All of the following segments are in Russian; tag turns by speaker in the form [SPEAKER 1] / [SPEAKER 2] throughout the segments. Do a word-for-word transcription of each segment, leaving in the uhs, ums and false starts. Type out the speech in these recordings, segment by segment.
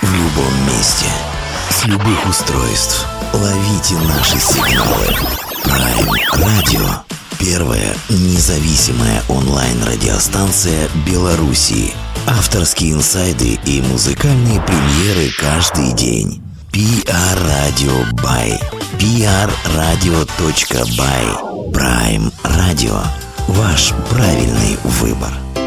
[SPEAKER 1] В любом месте, с любых устройств. Ловите наши сигналы. Prime Radio. Первая независимая онлайн-радиостанция Беларуси. Авторские инсайды и музыкальные премьеры каждый день. пи ар Radio by. пи ар радио точка бай. Prime Radio. Ваш правильный выбор.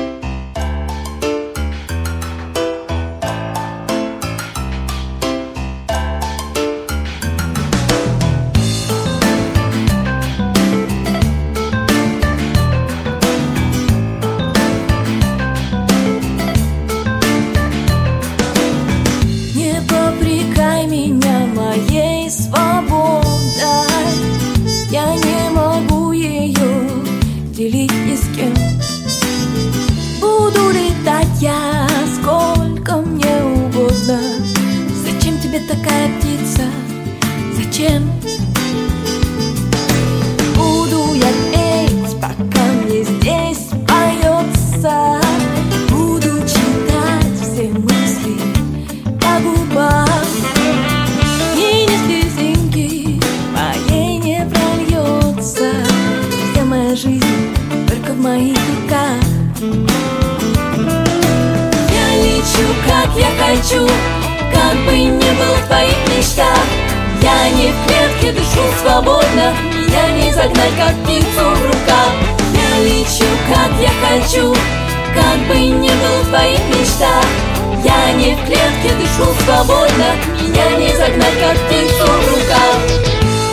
[SPEAKER 2] Как бы ни был в твоих мечтах, я не в клетке, дышу свободно. Меня не загнать, как птицу в руках. Я лечу, как я хочу. Как бы ни был в твоих мечтах, я не в клетке, дышу свободно. Меня не загнать, как птицу в руках.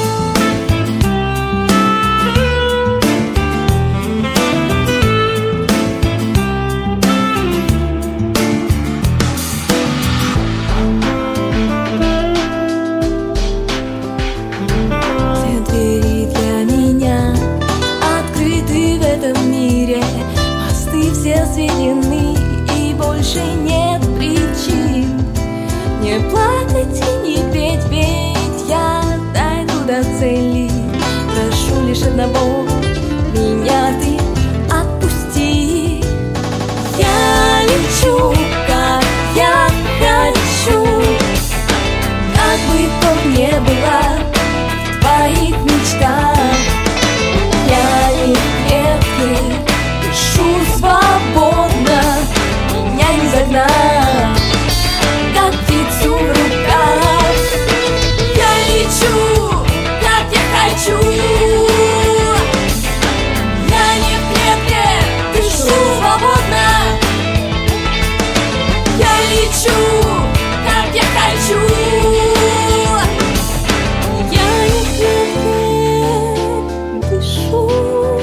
[SPEAKER 3] Сведены, и больше нет причин не плакать и не петь, ведь я дойду до цели. Прошу лишь одного, меня ты отпусти. Я лечу, как я хочу. Как бы то ни было в твоих мечтах, я не в клетке, дышу свободно, меня не загнать, как птицу в руках. Я лечу, как я хочу. Я не в клетке, дышу свободно. Я лечу, как я хочу. Я не в клетке, дышу.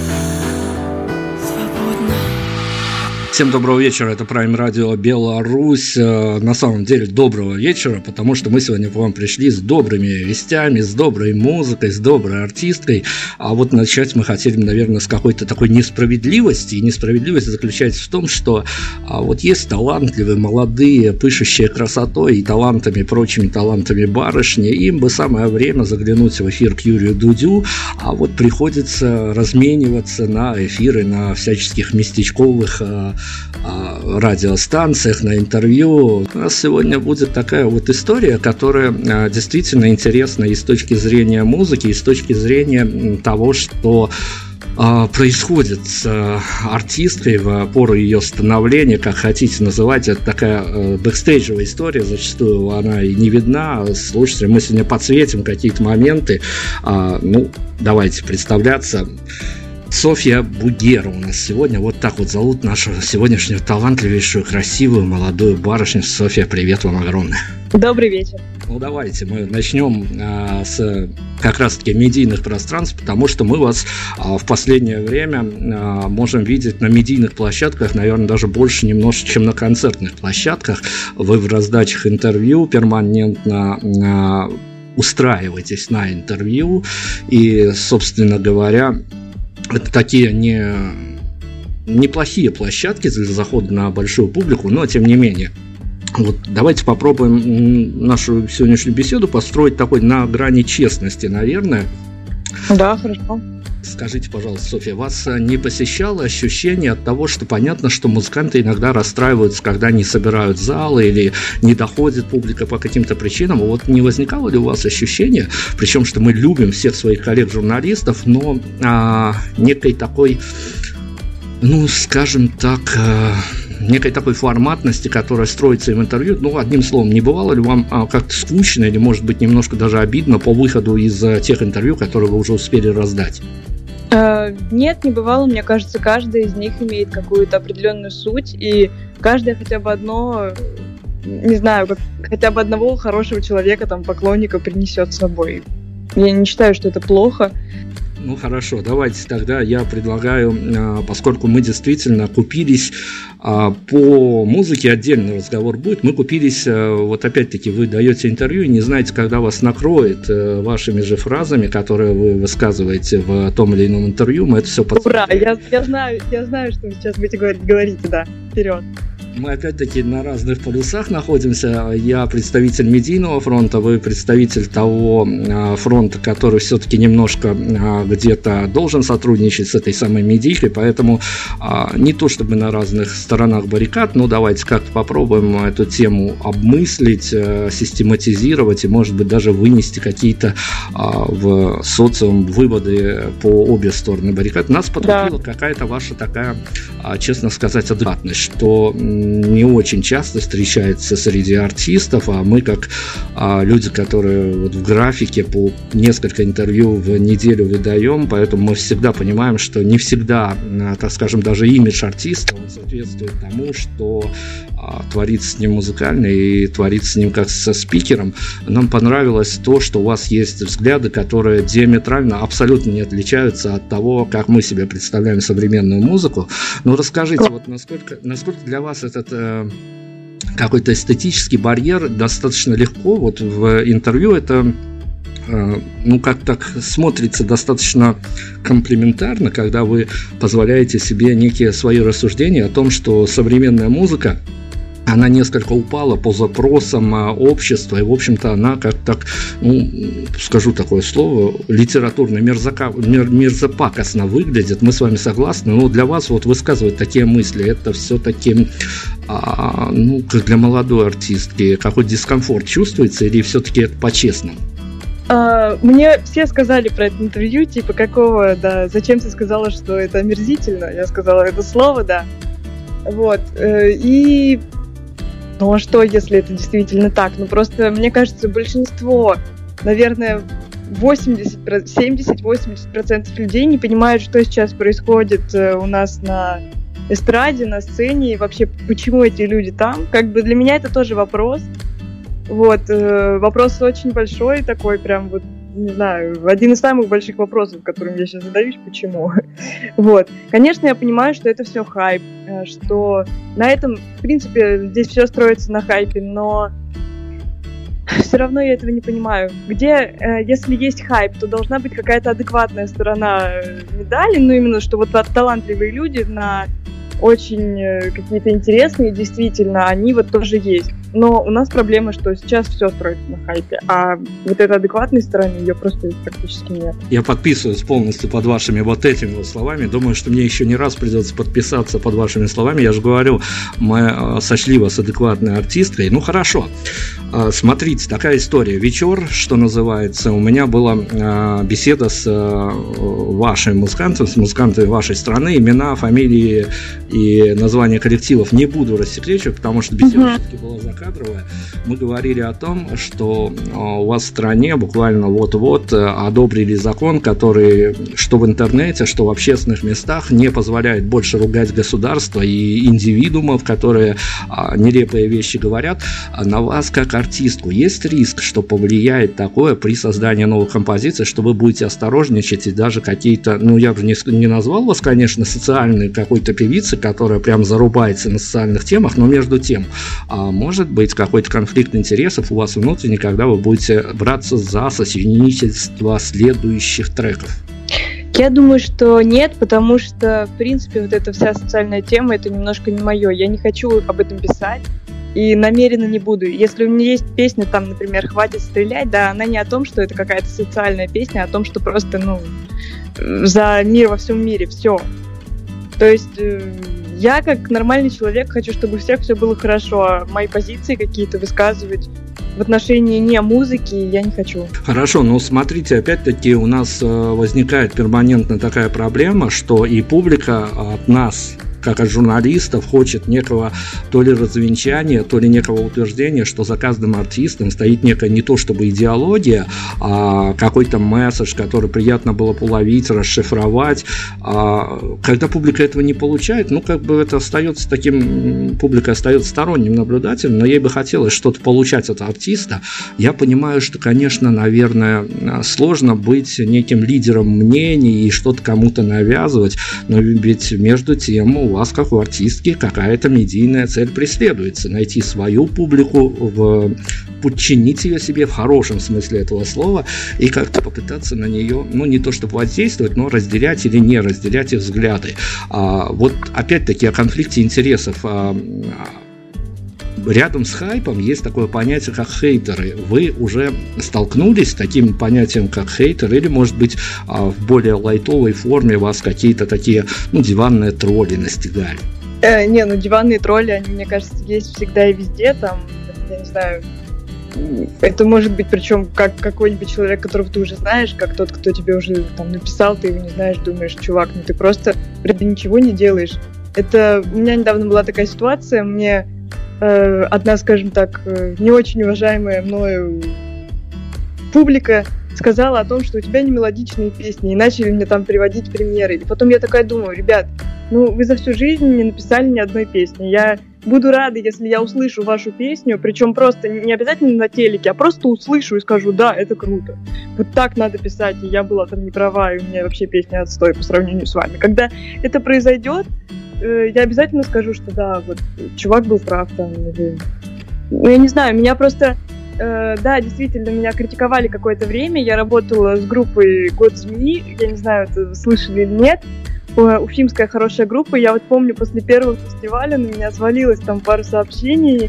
[SPEAKER 4] Всем доброго вечера, это Prime Radio Беларусь. На самом деле доброго вечера, потому что мы сегодня к вам пришли с добрыми вестями, с доброй музыкой, с доброй артисткой. А вот начать мы хотели, наверное, с какой-то такой несправедливости. И несправедливость заключается в том, что а, вот есть талантливые, молодые, пышущие красотой и талантами, прочими талантами барышни. Им бы самое время заглянуть в эфир к Юрию Дудю, а вот приходится размениваться на эфиры, на всяческих местечковых радиостанциях, на интервью. У нас сегодня будет такая вот история, которая действительно интересна и с точки зрения музыки, и с точки зрения того, что происходит с артисткой в пору ее становления, как хотите называть. Это такая бэкстейджевая история, зачастую она и не видна слушателям. Мы сегодня подсветим какие-то моменты. Ну, давайте представляться. Софья Бугера у нас сегодня. Вот так вот зовут нашу сегодняшнюю талантливейшую, красивую, молодую барышню. Софья, привет вам огромное.
[SPEAKER 5] Добрый вечер.
[SPEAKER 4] Ну, давайте мы начнем а, с как раз-таки медийных пространств, потому что мы вас а, в последнее время а, можем видеть на медийных площадках, наверное, даже больше немножко, чем на концертных площадках. Вы в раздачах интервью перманентно а, устраиваетесь на интервью, и, собственно говоря, это такие не, неплохие площадки для захода на большую публику, но тем не менее. Вот давайте попробуем нашу сегодняшнюю беседу построить такой на грани честности, наверное.
[SPEAKER 5] Да, хорошо.
[SPEAKER 4] Скажите, пожалуйста, Софья, вас не посещало ощущение от того, что понятно, что музыканты иногда расстраиваются, когда не собирают залы или не доходит публика по каким-то причинам? Вот не возникало ли у вас ощущение, причем, что мы любим всех своих коллег-журналистов, но а, некой такой, ну, скажем так, а, некой такой форматности, которая строится в интервью, ну, одним словом, не бывало ли вам а, как-то скучно или, может быть, немножко даже обидно по выходу из а, тех интервью, которые вы уже успели раздать?
[SPEAKER 5] Нет, не бывало. Мне кажется, каждая из них имеет какую-то определенную суть, и каждая хотя бы одно, не знаю, как, хотя бы одного хорошего человека, там, поклонника принесет с собой. Я не считаю, что это плохо.
[SPEAKER 4] Ну хорошо, давайте тогда я предлагаю, поскольку мы действительно купились по музыке, отдельный разговор будет, мы купились, вот опять-таки вы даете интервью и не знаете, когда вас накроет вашими же фразами, которые вы высказываете в том или ином интервью, мы это все подсмотрим.
[SPEAKER 5] Ура, я, я, знаю, я знаю, что вы сейчас будете говорить, говорите, да, вперед.
[SPEAKER 4] Мы опять-таки на разных полюсах находимся. Я представитель медийного фронта, вы представитель того фронта, который все-таки немножко где-то должен сотрудничать с этой самой медийкой, поэтому не то чтобы на разных сторонах баррикад, но давайте как-то попробуем эту тему обмыслить, систематизировать и, может быть, даже вынести какие-то в социум выводы по обе стороны баррикад. Нас потрудила да. какая-то ваша такая, честно сказать, адекватность, что не очень часто встречается среди артистов, а мы как а, люди, которые вот в графике по несколько интервью в неделю выдаем, поэтому мы всегда понимаем, что не всегда, так скажем, даже имидж артиста он соответствует тому, что а, творится с ним музыкально и творится с ним как со спикером. Нам понравилось то, что у вас есть взгляды, которые диаметрально абсолютно не отличаются от того, как мы себе представляем современную музыку. Но расскажите, вот насколько, насколько для вас этот э, какой-то эстетический барьер достаточно легко, вот в интервью это э, ну как так смотрится достаточно комплиментарно, когда вы позволяете себе некие свои рассуждения о том, что современная музыка, она несколько упала по запросам общества, и, в общем-то, она как так, ну, скажу такое слово, литературно мерзока, мер, мерзопакостно выглядит. Мы с вами согласны, но для вас вот высказывать такие мысли, это все-таки, а, ну, как для молодой артистки, какой дискомфорт чувствуется, или все-таки это по-честному?
[SPEAKER 5] Uh, мне все сказали про это интервью, типа, какого, да, зачем ты сказала, что это омерзительно? Я сказала это слово, да. Вот, и... Ну а что, если это действительно так? Ну просто, мне кажется, большинство, наверное, восемьдесят, семьдесят-восемьдесят процентов людей не понимают, что сейчас происходит у нас на эстраде, на сцене, и вообще, почему эти люди там. Как бы для меня это тоже вопрос. Вот, вопрос очень большой, такой прям вот, не знаю, один из самых больших вопросов, которым я сейчас задаюсь, почему. Вот. Конечно, я понимаю, что это все хайп, что на этом, в принципе, здесь все строится на хайпе, но все равно я этого не понимаю. Где, если есть хайп, то должна быть какая-то адекватная сторона медали, ну именно, что вот талантливые люди на очень какие-то интересные, действительно, они вот тоже есть. Но у нас проблема, что сейчас все строится на хайпе, а вот этой адекватной стороны ее просто практически нет.
[SPEAKER 4] Я подписываюсь полностью под вашими вот этими вот словами. Думаю, что мне еще не раз придется подписаться под вашими словами. Я же говорю, мы сочли вас адекватной артисткой. Ну хорошо. Смотрите, такая история. Вечер, что называется. У меня была беседа с вашими музыкантами, с музыкантами вашей страны. Имена, фамилии и названия коллективов не буду рассекречивать, потому что беседа uh-huh. все-таки была закадровая. Мы говорили о том, что у вас в стране буквально вот-вот одобрили закон, который что в интернете, что в общественных местах не позволяет больше ругать государство и индивидуумов, которые нелепые вещи говорят. На вас как артистку есть риск, что повлияет такое при создании новых композиций, что вы будете осторожничать и даже какие-то, ну я бы не, не назвал вас, конечно, социальной какой-то певицей, которая прям зарубается на социальных темах, но между тем, а может быть какой-то конфликт интересов у вас внутренний, когда вы будете браться за сочинительство следующих треков?
[SPEAKER 5] Я думаю, что нет, потому что, в принципе, вот эта вся социальная тема, это немножко не мое. Я не хочу об этом писать. и намеренно не буду. Если у меня есть песня, там, например, «Хватит стрелять», да, она не о том, что это какая-то социальная песня, а о том, что просто, ну, за мир во всем мире, все. То есть я, как нормальный человек, хочу, чтобы у всех все было хорошо, а мои позиции какие-то высказывать в отношении не музыки я не хочу.
[SPEAKER 4] Хорошо, но смотрите, опять-таки у нас возникает перманентно такая проблема, что и публика от нас, как от журналистов, хочет некого то ли развенчания, то ли некого утверждения, что за каждым артистом стоит некая не то чтобы идеология, а какой-то месседж, который приятно было бы уловить, расшифровать. А когда публика этого не получает, ну, как бы это остается таким, публика остается сторонним наблюдателем, но ей бы хотелось что-то получать от артиста. Я понимаю, что, конечно, наверное, сложно быть неким лидером мнений и что-то кому-то навязывать, но ведь между тем у вас, как у артистки, какая-то медийная цель преследуется. Найти свою публику, в... подчинить ее себе в хорошем смысле этого слова и как-то попытаться на нее, ну, не то чтобы воздействовать, но разделять или не разделять их взгляды. А, вот опять-таки о конфликте интересов. А, рядом с хайпом есть такое понятие, как хейтеры. Вы уже столкнулись с таким понятием, как хейтер, или, может быть, в более лайтовой форме вас какие-то такие, ну, диванные тролли настигали?
[SPEAKER 5] Э, не, ну, диванные тролли, они, мне кажется, есть всегда и везде, там, я не знаю, это может быть, причем, как какой-нибудь человек, которого ты уже знаешь, как тот, кто тебе уже там написал, ты его не знаешь, думаешь, чувак, ну, ты просто вроде ничего не делаешь. Это, у меня недавно была такая ситуация, мне одна, скажем так, не очень уважаемая мною публика сказала о том, что у тебя не мелодичные песни, и начали мне там приводить примеры. И потом я такая думаю, ребят, ну вы за всю жизнь не написали ни одной песни. Я буду рада, если я услышу вашу песню, причем просто не обязательно на телеке, а просто услышу и скажу, да, это круто. Вот так надо писать, и я была там не права, и у меня вообще песня отстой по сравнению с вами. Когда это произойдет, я обязательно скажу, что да, вот чувак был прав там. Или... Ну, я не знаю, меня просто... Э, да, действительно, меня критиковали какое-то время. Я работала с группой «Год змеи». Я не знаю, это слышали или нет. Уфимская хорошая группа. Я вот помню, после первого фестиваля на меня свалилось там пару сообщений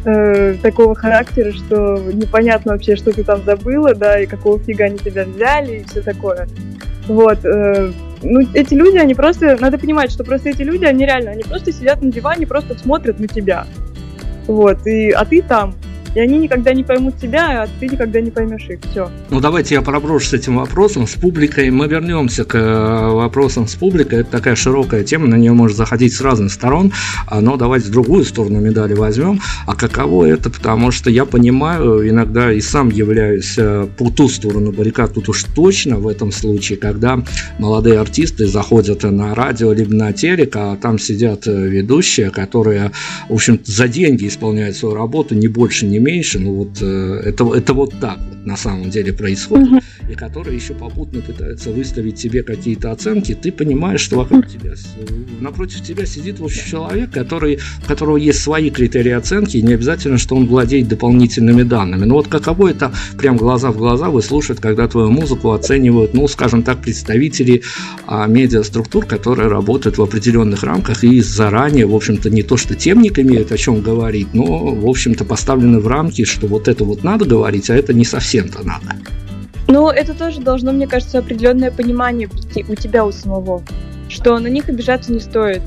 [SPEAKER 5] э, такого характера, что непонятно вообще, что ты там забыла, да, и какого фига они тебя взяли, и все такое. Вот, э, ну, эти люди, они просто, надо понимать, что просто эти люди, они реально, они просто сидят на диване, просто смотрят на тебя, вот, и, а ты там, и они никогда не поймут тебя, а ты никогда не поймешь их, все.
[SPEAKER 4] Ну, давайте я проброшу с этим вопросом, с публикой, мы вернемся к вопросам с публикой, это такая широкая тема, на нее можно заходить с разных сторон, но давайте другую сторону медали возьмем, а каково это, потому что я понимаю, иногда и сам являюсь по ту сторону баррикад, тут уж точно в этом случае, когда молодые артисты заходят на радио, либо на телек, а там сидят ведущие, которые, в общем, за деньги исполняют свою работу, ни больше, ни меньше, ну вот это, это вот так вот на самом деле происходит, uh-huh. и которые еще попутно пытаются выставить тебе какие-то оценки, ты понимаешь, что вокруг тебя, напротив тебя сидит в общем человек, который, у которого есть свои критерии оценки, и не обязательно, что он владеет дополнительными данными. Но вот каково это прям глаза в глаза выслушивать, когда твою музыку оценивают, ну, скажем так, представители а, медиаструктур, которые работают в определенных рамках и заранее, в общем-то, не то что темник имеет о чем говорить, но, в общем-то, поставлены в рамки, что вот это вот надо говорить, а это не совсем-то надо.
[SPEAKER 5] Ну, это тоже должно, мне кажется, определенное понимание прийти у тебя у самого, что на них обижаться не стоит.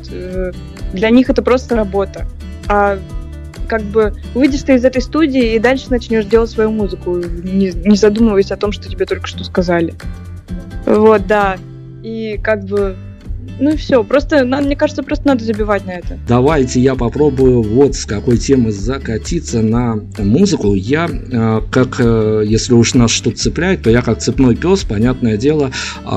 [SPEAKER 5] Для них это просто работа. А как бы выйдешь ты из этой студии и дальше начнешь делать свою музыку, не, не задумываясь о том, что тебе только что сказали. Вот, да. И как бы... Ну и все, просто, мне кажется, просто надо забивать на это.
[SPEAKER 4] Давайте я попробую вот с какой темы закатиться на музыку. Я, как, если уж нас что-то цепляет, то я как цепной пес, понятное дело,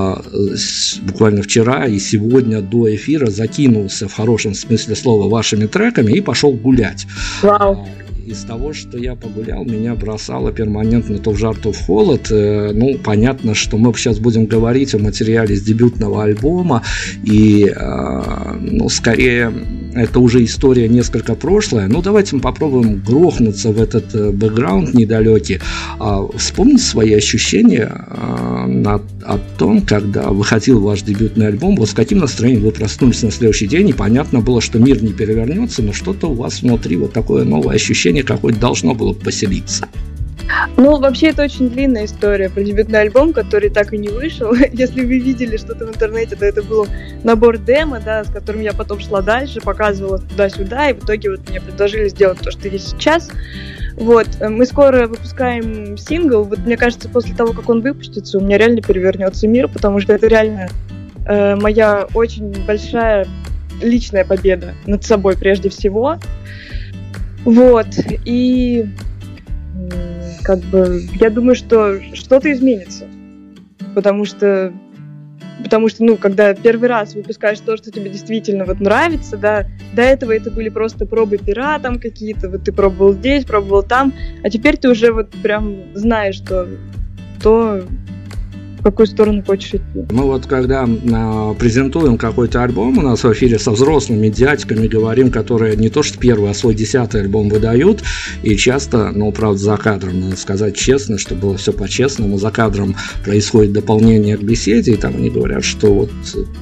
[SPEAKER 4] буквально вчера и сегодня до эфира закинулся в хорошем смысле слова вашими треками и пошел гулять.
[SPEAKER 5] Вау.
[SPEAKER 4] Из того, что я погулял, меня бросало перманентно то в жар, то в холод. Ну, понятно, что мы сейчас будем говорить о материале с дебютного альбома, и, ну, скорее, это уже история несколько прошлая. Ну, давайте мы попробуем грохнуться в этот бэкграунд недалекий. Вспомните свои ощущения о том, когда выходил ваш дебютный альбом. Вот с каким настроением вы проснулись на следующий день, и понятно было, что мир не перевернется, но что-то у вас внутри, вот такое новое ощущение какое-то должно было поселиться.
[SPEAKER 5] Ну, вообще, это очень длинная история про дебютный альбом, который так и не вышел. Если вы видели что-то в интернете, то это был набор демо, да, с которым я потом шла дальше, показывала туда-сюда, и в итоге вот мне предложили сделать то, что есть сейчас. Вот, мы скоро выпускаем сингл. Вот мне кажется, после того, как он выпустится, у меня реально перевернется мир, потому что это реально э, моя очень большая личная победа над собой прежде всего. Вот, и как бы я думаю, что что-то изменится, потому что, потому что, ну, когда первый раз выпускаешь то, что тебе действительно вот нравится, да, до этого это были просто пробы пера там какие-то, вот ты пробовал здесь, пробовал там, а теперь ты уже вот прям знаешь, что то, в какую сторону хочешь идти.
[SPEAKER 4] Мы вот когда а, презентуем какой-то альбом у нас в эфире со взрослыми дядьками, говорим, которые не то что первый, а свой десятый альбом выдают, и часто, ну, правда, за кадром, надо сказать честно, чтобы было все по-честному, за кадром происходит дополнение к беседе, и там они говорят, что вот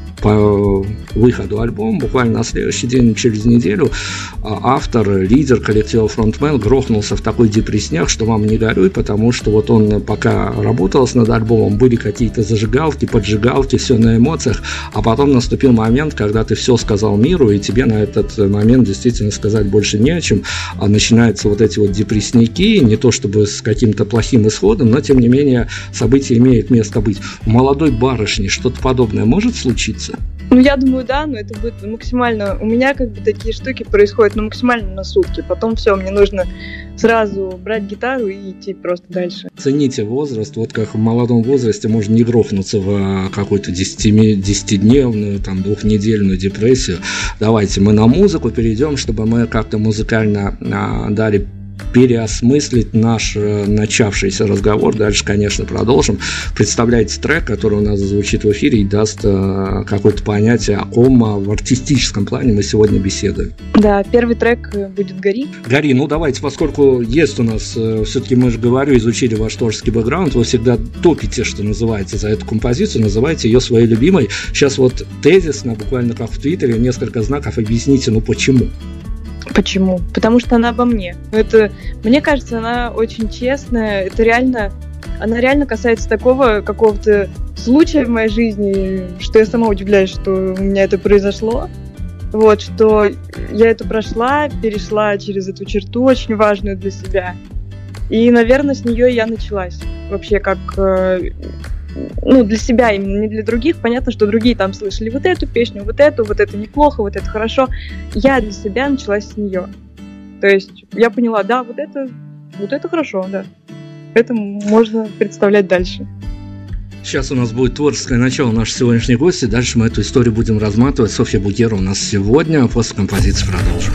[SPEAKER 4] по выходу альбома, буквально на следующий день, через неделю, автор, лидер коллектива фронтмен грохнулся в такой депрессняк, что вам не горюй, потому что вот он пока работал над альбомом, были какие-то зажигалки, поджигалки, все на эмоциях, а потом наступил момент, когда ты все сказал миру, и тебе на этот момент действительно сказать больше не о чем, а начинаются вот эти вот депрессняки, не то чтобы с каким-то плохим исходом, но тем не менее событие имеет место быть. У молодой барышни что-то подобное может случиться?
[SPEAKER 5] Ну, я думаю, да, но это будет максимально... У меня как бы такие штуки происходят, ну, максимально на сутки. Потом все, мне нужно сразу брать гитару и идти просто дальше.
[SPEAKER 4] Цените возраст. Вот как в молодом возрасте можно не грохнуться в какую-то десятидневную, там, двухнедельную депрессию. Давайте мы на музыку перейдем, чтобы мы как-то музыкально а, дали переосмыслить наш э, начавшийся разговор. Дальше, конечно, продолжим. Представляете трек, который у нас звучит в эфире и даст э, какое-то понятие, о ком а, в артистическом плане мы сегодня беседуем.
[SPEAKER 5] Да, первый трек будет «Гори».
[SPEAKER 4] «Гори». Ну, давайте, поскольку есть у нас, э, все-таки мы же, говорю, изучили ваш творческий бэкграунд, вы всегда топите, что называется, за эту композицию, называете ее своей любимой. Сейчас вот тезисно, буквально как в Твиттере, несколько знаков, объясните, ну почему?
[SPEAKER 5] Почему? Потому что она обо мне. Это, мне кажется, она очень честная. Это реально, она реально касается такого какого-то случая в моей жизни, что я сама удивляюсь, что у меня это произошло. Вот, что я это прошла, перешла через эту черту очень важную для себя. И, наверное, с нее я началась. Вообще, как... Ну, для себя именно, не для других. Понятно, что другие там слышали вот эту песню, вот эту, вот это неплохо, вот это хорошо. Я для себя началась с нее. То есть я поняла, да, вот это, вот это хорошо, да. Это можно представлять дальше.
[SPEAKER 4] Сейчас у нас будет творческое начало нашей сегодняшней гости. Дальше мы эту историю будем разматывать. Софья Бугера у нас сегодня. После композиции продолжим.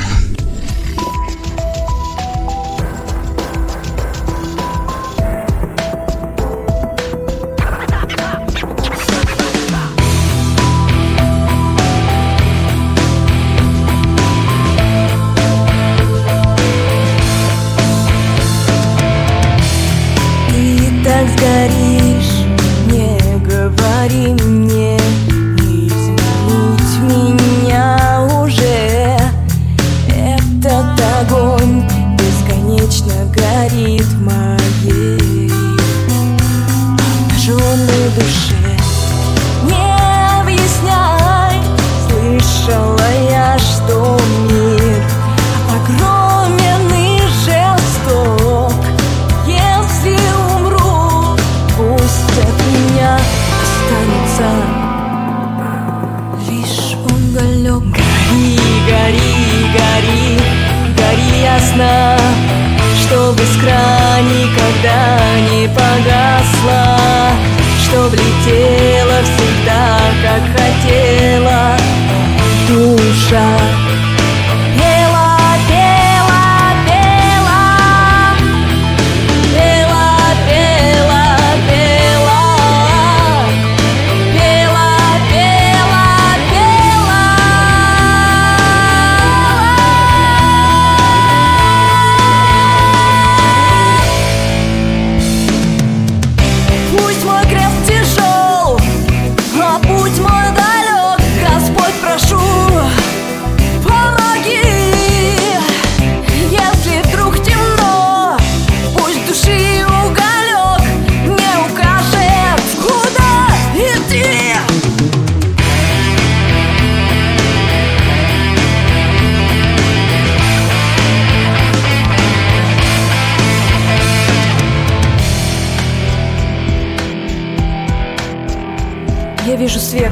[SPEAKER 6] Я вижу свет.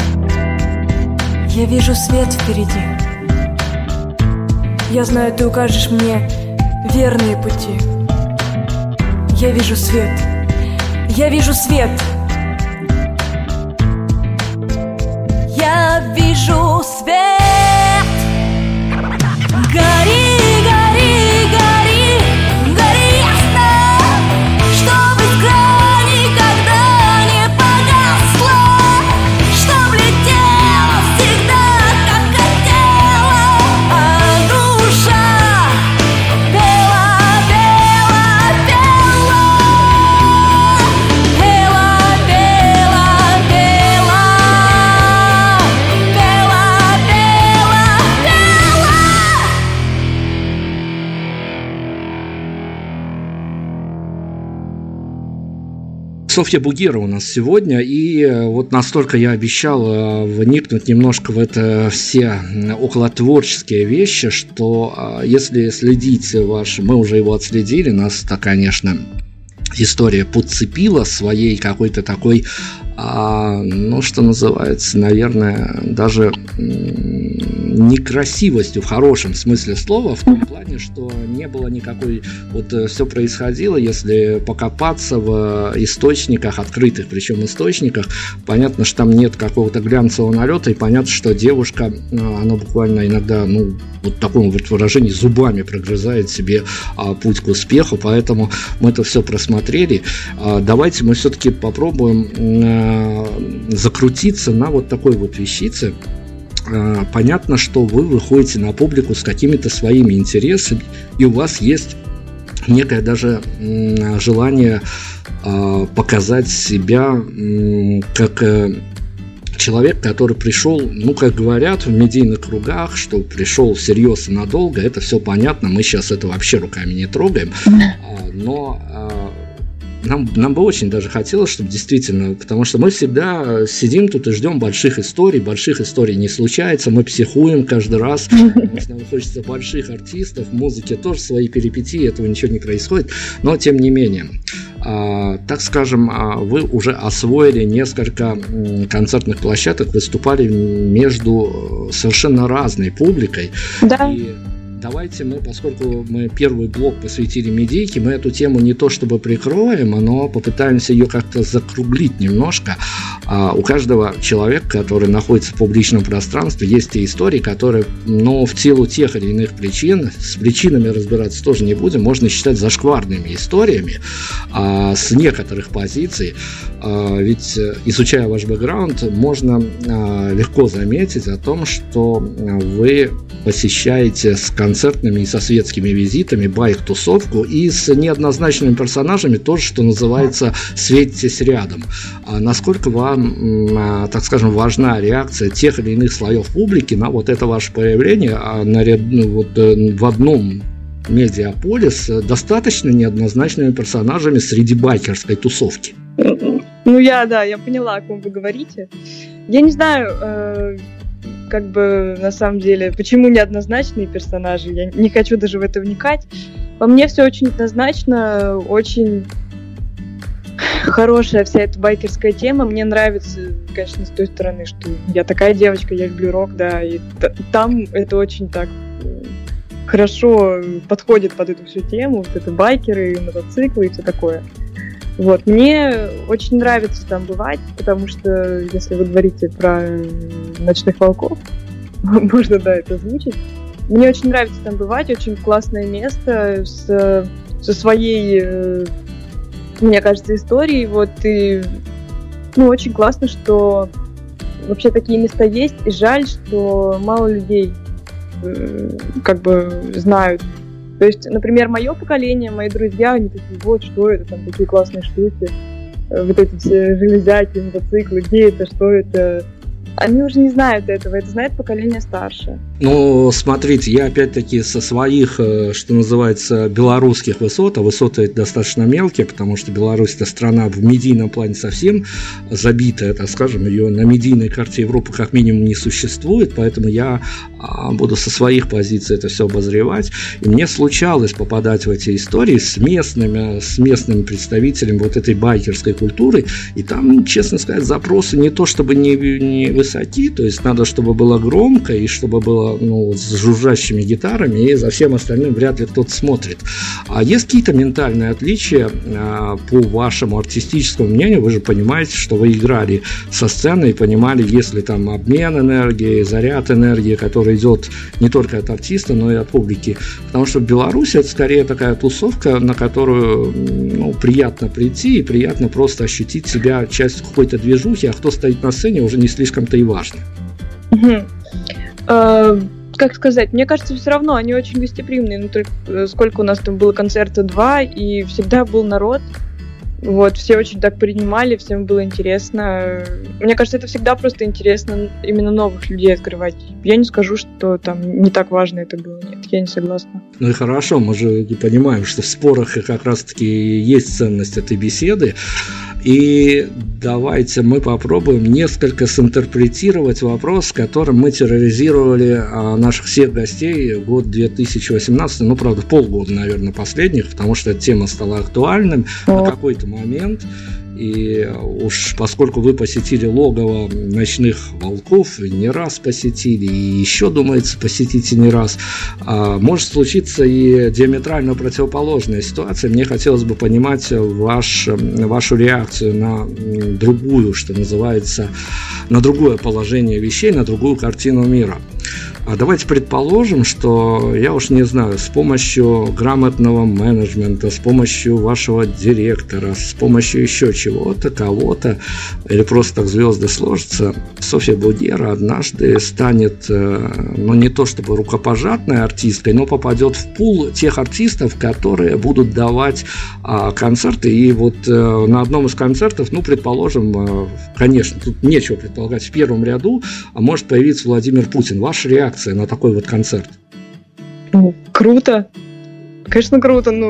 [SPEAKER 6] Я вижу свет впереди. Я знаю, ты укажешь мне верные пути. Я вижу свет. Я вижу свет.
[SPEAKER 2] Я вижу свет. Гори, гори, гори, гори ясно, чтоб искра никогда не погасла, чтоб летела всегда, как хотела, а душа пела, пела, пела, пела, пела, пела, пела, пела, пела.
[SPEAKER 4] Софья Бугира у нас сегодня, и вот настолько я обещал вникнуть немножко в это все околотворческие вещи, что если следить ваш, мы уже его отследили, нас-то, конечно, история подцепила своей какой-то такой, а, ну, что называется, наверное, даже некрасивостью в хорошем смысле слова, в том плане, что не было никакой, вот все происходило, если покопаться в источниках, открытых причем источниках, понятно, что там нет какого-то глянцевого налета, и понятно, что девушка, она буквально иногда, ну, вот в таком вот выражении, зубами прогрызает себе а, путь к успеху, поэтому мы это все просмотрели. А, давайте мы все-таки попробуем а, закрутиться на вот такой вот вещице. Понятно, что вы выходите на публику с какими-то своими интересами, и у вас есть некое даже желание показать себя как человек, который пришел, ну, как говорят в медийных кругах, что пришел всерьез и надолго. Это все понятно, мы сейчас это вообще руками не трогаем, но Нам, нам бы очень даже хотелось, чтобы действительно, потому что мы всегда сидим тут и ждем больших историй, больших историй не случается, мы психуем каждый раз, потому что нам хочется больших артистов, в музыке тоже свои перипетии, этого ничего не происходит, но тем не менее, а, так скажем, а, вы уже освоили несколько концертных площадок, выступали между совершенно разной публикой.
[SPEAKER 5] Да.
[SPEAKER 4] И давайте мы, поскольку мы первый блок посвятили медийке, мы эту тему не то чтобы прикроем, но попытаемся ее как-то закруглить немножко. А у каждого человека, который находится в публичном пространстве, есть те истории, которые, ну, в силу тех или иных причин, с причинами разбираться тоже не будем, можно считать зашкварными историями а, с некоторых позиций. А, ведь, изучая ваш бэкграунд, можно а, легко заметить о том, что вы посещаете с концертными и со светскими визитами байк-тусовку и с неоднозначными персонажами тоже, что называется, светитесь рядом. А насколько вам, так скажем, важна реакция тех или иных слоев публики на вот это ваше появление а наряд, ну, вот, в одном медиаполе с достаточно неоднозначными персонажами среди байкерской тусовки?
[SPEAKER 5] Ну, я, да, я поняла, о ком вы говорите. Я не знаю, э- как бы, на самом деле, почему неоднозначные персонажи, я не хочу даже в это вникать. По мне все очень однозначно, очень хорошая вся эта байкерская тема. Мне нравится, конечно, с той стороны, что я такая девочка, я люблю рок, да, и т- там это очень так хорошо подходит под эту всю тему, вот это байкеры, мотоциклы и все такое. Вот, мне очень нравится там бывать, потому что, если вы говорите про «Ночных волков», можно, да, это озвучить. Мне очень нравится там бывать, очень классное место с, со своей, мне кажется, историей. Вот, и, ну, очень классно, что вообще такие места есть, и жаль, что мало людей как бы знают. То есть, например, мое поколение, мои друзья, они такие, вот, что это, там такие классные штуки, вот эти все железяки, мотоциклы, где это, что это. Они уже не знают этого, это знает поколение старше.
[SPEAKER 4] Ну, смотрите, я опять-таки со своих, что называется, белорусских высот, а высоты достаточно мелкие, потому что Беларусь – это страна в медийном плане совсем забитая, так скажем, ее на медийной карте Европы как минимум не существует, поэтому я буду со своих позиций это все обозревать. И мне случалось попадать в эти истории с местными, с местными представителями вот этой байкерской культуры, и там, честно сказать, запросы не то чтобы не, не высоки, то есть надо, чтобы было громко и чтобы было ну, с жужжащими гитарами, и за всем остальным вряд ли кто-то смотрит. А есть какие-то ментальные отличия по вашему артистическому мнению? Вы же понимаете, что вы играли со сцены и понимали, есть ли там обмен энергии, заряд энергии, который идет не только от артиста, но и от публики. Потому что в Беларуси это скорее такая тусовка, на которую ну, приятно прийти и приятно просто ощутить себя частью какой-то движухи, а кто стоит на сцене, уже не слишком-то и важно.
[SPEAKER 5] Uh, как сказать, мне кажется, все равно они очень гостеприимные, ну, только сколько у нас там было концерта два, и всегда был народ, вот, все очень так принимали, всем было интересно. Мне кажется, это всегда просто интересно именно новых людей открывать. Я не скажу, что там не так важно это было, нет, я не согласна.
[SPEAKER 4] Ну и хорошо, мы же понимаем, что в спорах как раз-таки есть ценность этой беседы. И давайте мы попробуем несколько синтерпретировать вопрос, которым мы терроризировали наших всех гостей год две тысячи восемнадцатый, ну, правда, полгода, наверное, последних, потому что эта тема стала актуальным на какой-то момент. И уж поскольку вы посетили логово ночных волков, не раз посетили, и еще, думается, посетите не раз, может случиться и диаметрально противоположная ситуация. Мне хотелось бы понимать ваш, вашу реакцию на другую, что называется, на другое положение вещей, на другую картину мира. А давайте предположим, что, я уж не знаю, с помощью грамотного менеджмента, с помощью вашего директора, с помощью еще чего-то, кого-то, или просто так звезды сложатся, Софья Будера однажды станет, ну не то чтобы рукопожатной артисткой, но попадет в пул тех артистов, которые будут давать а, концерты. И вот а, на одном из концертов, ну, предположим, а, конечно, тут нечего предполагать, в первом ряду а может появиться Владимир Путин. Ваша реакция на такой вот концерт?
[SPEAKER 5] Ну, круто. Конечно, круто, но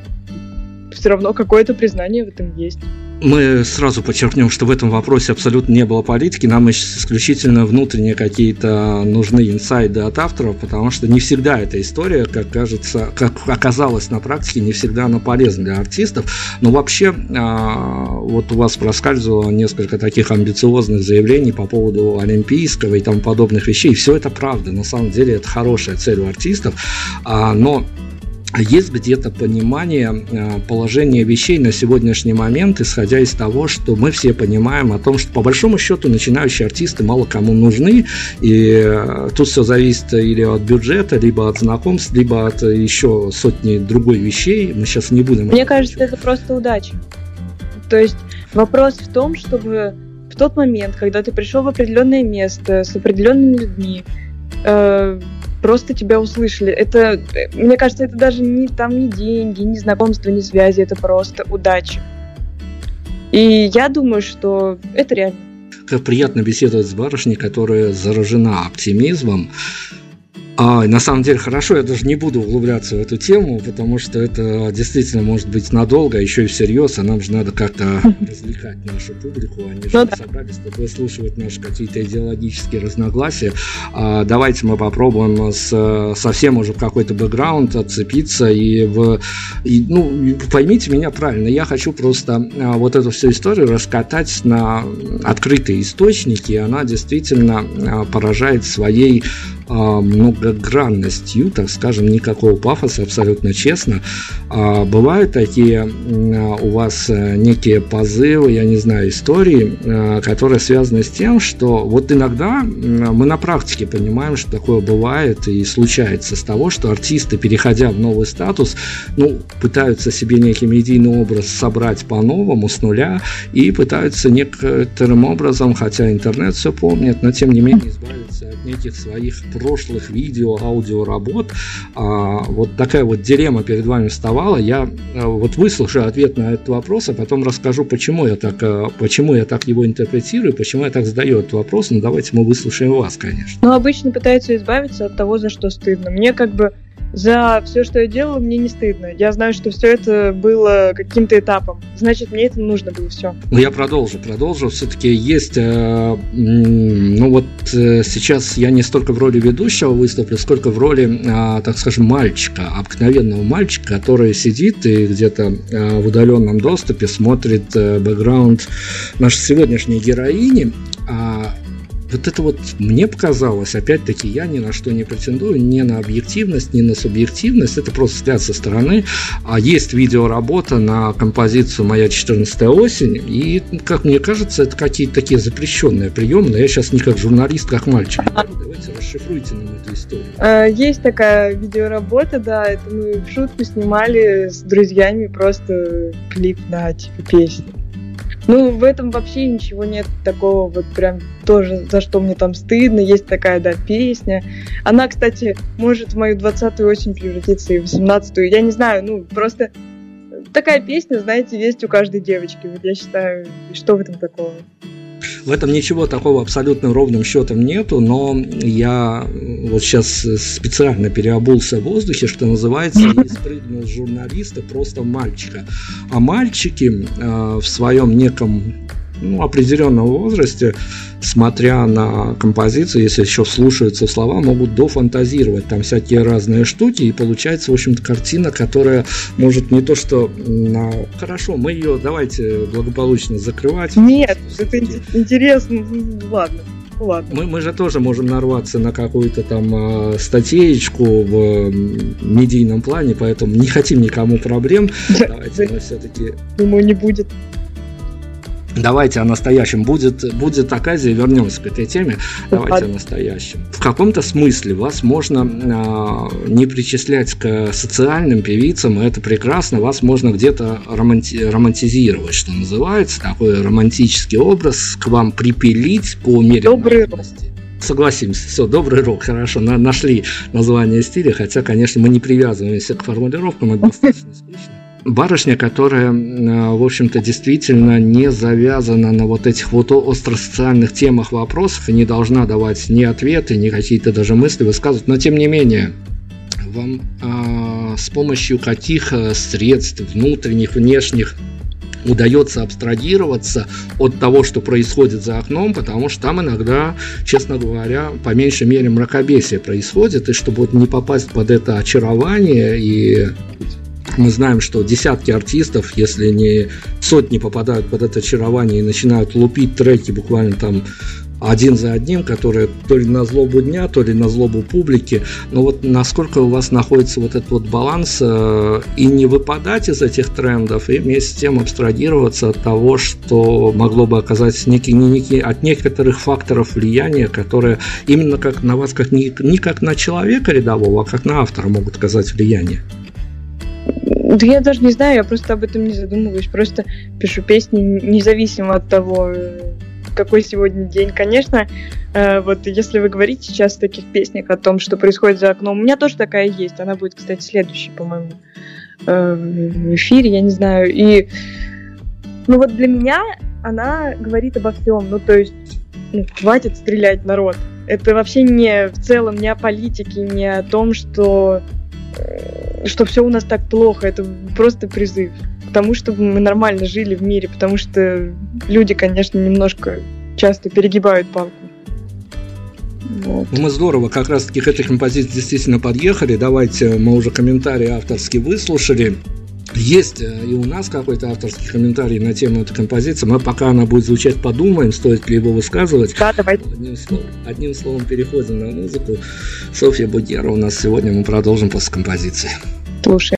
[SPEAKER 5] все равно какое-то признание в этом есть.
[SPEAKER 4] Мы сразу подчеркнем, что в этом вопросе абсолютно не было политики, нам исключительно внутренние какие-то нужны инсайды от авторов, потому что не всегда эта история, как кажется, как оказалось на практике, не всегда она полезна для артистов. Но вообще, вот у вас проскальзывало несколько таких амбициозных заявлений по поводу олимпийского и тому подобных вещей. Все это правда, на самом деле это хорошая цель у артистов, но есть где-то понимание положения вещей на сегодняшний момент, исходя из того, что мы все понимаем о том, что по большому счету начинающие артисты мало кому нужны, и тут все зависит или от бюджета, либо от знакомств, либо от еще сотни другой вещей. Мы сейчас не будем...
[SPEAKER 5] Мне кажется, это просто удача. То есть вопрос в том, чтобы в тот момент, когда ты пришел в определенное место с определенными людьми, э- просто тебя услышали. Это, мне кажется, это даже не там не деньги, не знакомства, не связи, это просто удача. И я думаю, что это реально.
[SPEAKER 4] Как приятно беседовать с барышней, которая заражена оптимизмом. А, на самом деле хорошо, я даже не буду углубляться в эту тему, потому что это действительно может быть надолго, еще и всерьез, а нам же надо как-то развлекать нашу публику, они же ну, да. собрались, чтобы выслушивать наши какие-то идеологические разногласия. А, давайте мы попробуем с, совсем уже в какой-то бэкграунд отцепиться и, в, и ну, поймите меня правильно, я хочу просто вот эту всю историю раскатать на открытые источники, и она действительно поражает своей многогранностью, так скажем, никакого пафоса, абсолютно честно. А бывают такие у вас некие позывы, я не знаю, истории, которые связаны с тем, что вот иногда мы на практике понимаем, что такое бывает и случается с того, что артисты, переходя в новый статус, ну, пытаются себе некий медийный образ собрать по-новому, с нуля, и пытаются некоторым образом, хотя интернет все помнит, но тем не менее избавиться от неких своих прошлых видео, аудиоработ. А, вот такая вот дилемма перед вами вставала. Я а, вот выслушаю ответ на этот вопрос, а потом расскажу, почему я так, а, почему я так его интерпретирую, почему я так задаю этот вопрос. Ну, давайте мы выслушаем вас, конечно.
[SPEAKER 5] Ну, обычно пытаются избавиться от того, за что стыдно. Мне как бы за все, что я делала, мне не стыдно. Я знаю, что все это было каким-то этапом. Значит, мне это нужно было все.
[SPEAKER 4] Ну, я продолжу, продолжу. Все-таки есть, э, ну вот э, сейчас я не столько в роли ведущего выступлю, сколько в роли, э, так скажем, мальчика, обыкновенного мальчика, который сидит и где-то э, в удаленном доступе смотрит э, бэкграунд нашей сегодняшней героини. А вот это вот мне показалось, опять-таки, я ни на что не претендую, ни на объективность, ни на субъективность, это просто взгляд со стороны. А есть видеоработа на композицию «Моя четырнадцатая осень», и, как мне кажется, это какие-то такие запрещенные приемы, но я сейчас не как журналист, как мальчик. Давайте расшифруйте нам эту историю.
[SPEAKER 5] Есть такая видеоработа, да, это мы в шутку снимали с друзьями просто клип на типа песню. Ну, в этом вообще ничего нет такого, вот прям тоже, за что мне там стыдно. Есть такая, да, песня. Она, кстати, может в мою двадцатую осень превратиться и в восемнадцатую. Я не знаю, ну, просто такая песня, знаете, есть у каждой девочки. Вот я считаю, что в этом такого?
[SPEAKER 4] В этом ничего такого абсолютно ровным счетом нету, но я вот сейчас специально переобулся в воздухе, что называется, и спрыгнул с журналиста просто мальчика. А мальчики э, в своем неком, ну, определенном возрасте, смотря на композицию, если еще слушаются слова, могут дофантазировать там всякие разные штуки, и получается, в общем-то, картина, которая может не то что... На... Хорошо, мы ее давайте благополучно закрывать.
[SPEAKER 5] Нет, это интересно, ладно. Ладно.
[SPEAKER 4] Мы, мы же тоже можем нарваться на какую-то там э, статейку в э, медийном плане, поэтому не хотим никому проблем. Давайте мы все-таки...
[SPEAKER 5] Думаю, не будет.
[SPEAKER 4] Давайте о настоящем. Будет, будет оказия, вернемся к этой теме. Давайте о настоящем. В каком-то смысле вас можно э, не причислять к социальным певицам, и это прекрасно. Вас можно где-то романти- романтизировать, что называется, такой романтический образ к вам припилить по мере
[SPEAKER 5] добрый
[SPEAKER 4] возможности. Согласимся, все, добрый рок, хорошо, на, нашли название стиля, хотя, конечно, мы не привязываемся к формулировкам, это достаточно скучно. Барышня, которая, в общем-то, действительно не завязана на вот этих вот остросоциальных темах, вопросах и не должна давать ни ответы, ни какие-то даже мысли высказывать, но тем не менее, вам а, с помощью каких средств, внутренних, внешних, удается абстрагироваться от того, что происходит за окном, потому что там иногда, честно говоря, по меньшей мере мракобесие происходит, и чтобы вот не попасть под это очарование и... Мы знаем, что десятки артистов, если не сотни, попадают под это очарование и начинают лупить треки буквально там один за одним, которые то ли на злобу дня, то ли на злобу публики. Но вот насколько у вас находится вот этот вот баланс э, и не выпадать из этих трендов, и вместе с тем абстрагироваться от того, что могло бы оказать некий, некий, от некоторых факторов влияния, которые именно как на вас, как не, не как на человека рядового, а как на автора могут оказать влияние.
[SPEAKER 5] Да я даже не знаю, я просто об этом не задумываюсь, просто пишу песни независимо от того, какой сегодня день. Конечно, вот если вы говорите сейчас в таких песнях о том, что происходит за окном, у меня тоже такая есть, она будет, кстати, следующей, по-моему, в эфире, я не знаю, и ну вот для меня она говорит обо всем, ну то есть ну, хватит стрелять, народ, это вообще не в целом не о политике, не о том, что что все у нас так плохо, это просто призыв к тому, чтобы мы нормально жили в мире, потому что люди, конечно, немножко часто перегибают палку. Вот.
[SPEAKER 4] Мы здорово как раз-таки к этой композиции действительно подъехали. Давайте, мы уже комментарии авторские выслушали. Есть и у нас какой-то авторский комментарий на тему этой композиции. Мы, пока она будет звучать, подумаем, стоит ли его высказывать.
[SPEAKER 5] Да, давайте.
[SPEAKER 4] Одним словом, одним словом переходим на музыку. Софья Будьера у нас сегодня, мы продолжим после композиции.
[SPEAKER 5] Слушай.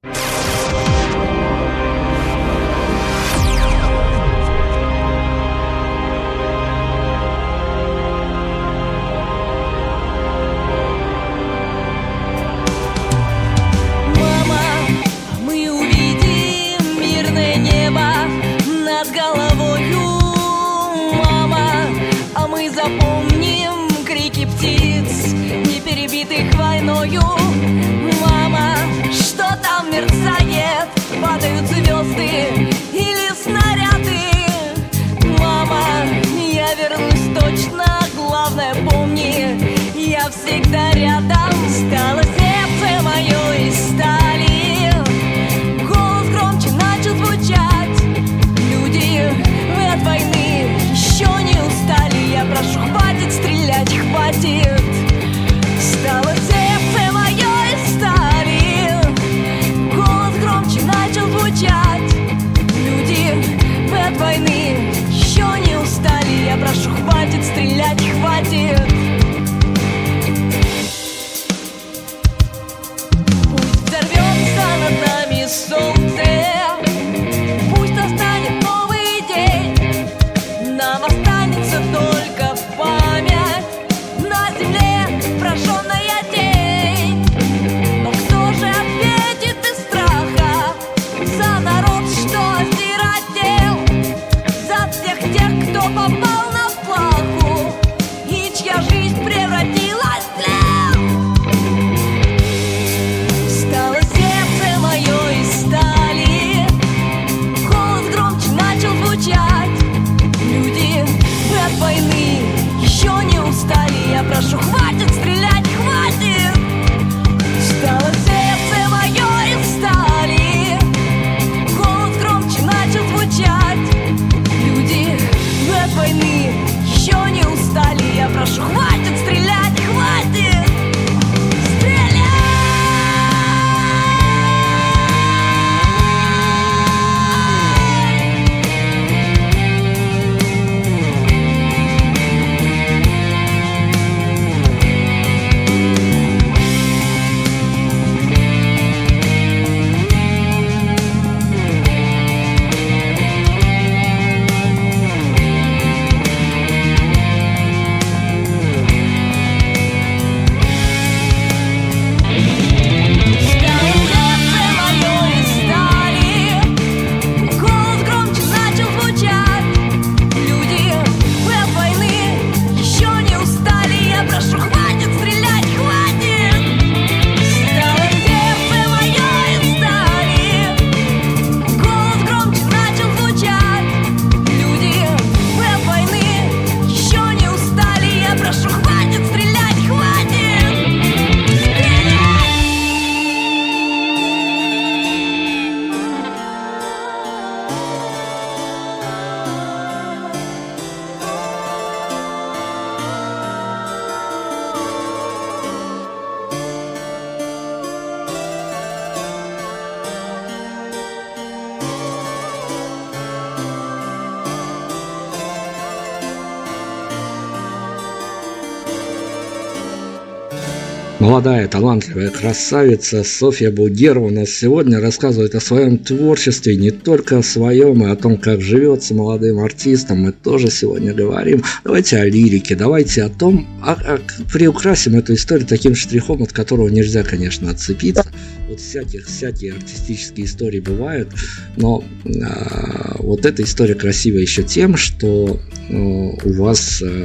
[SPEAKER 3] Запомним крики птиц, не перебьем.
[SPEAKER 4] Молодая, талантливая красавица Софья Бугерова у нас сегодня рассказывает о своем творчестве, не только о своем, и о том, как живется молодым артистом. Мы тоже сегодня говорим. Давайте о лирике, давайте о том, а, а, приукрасим эту историю таким штрихом, от которого нельзя, конечно, отцепиться. Вот всяких, всякие артистические истории бывают, но а, вот эта история красива еще тем, что а, у вас... А,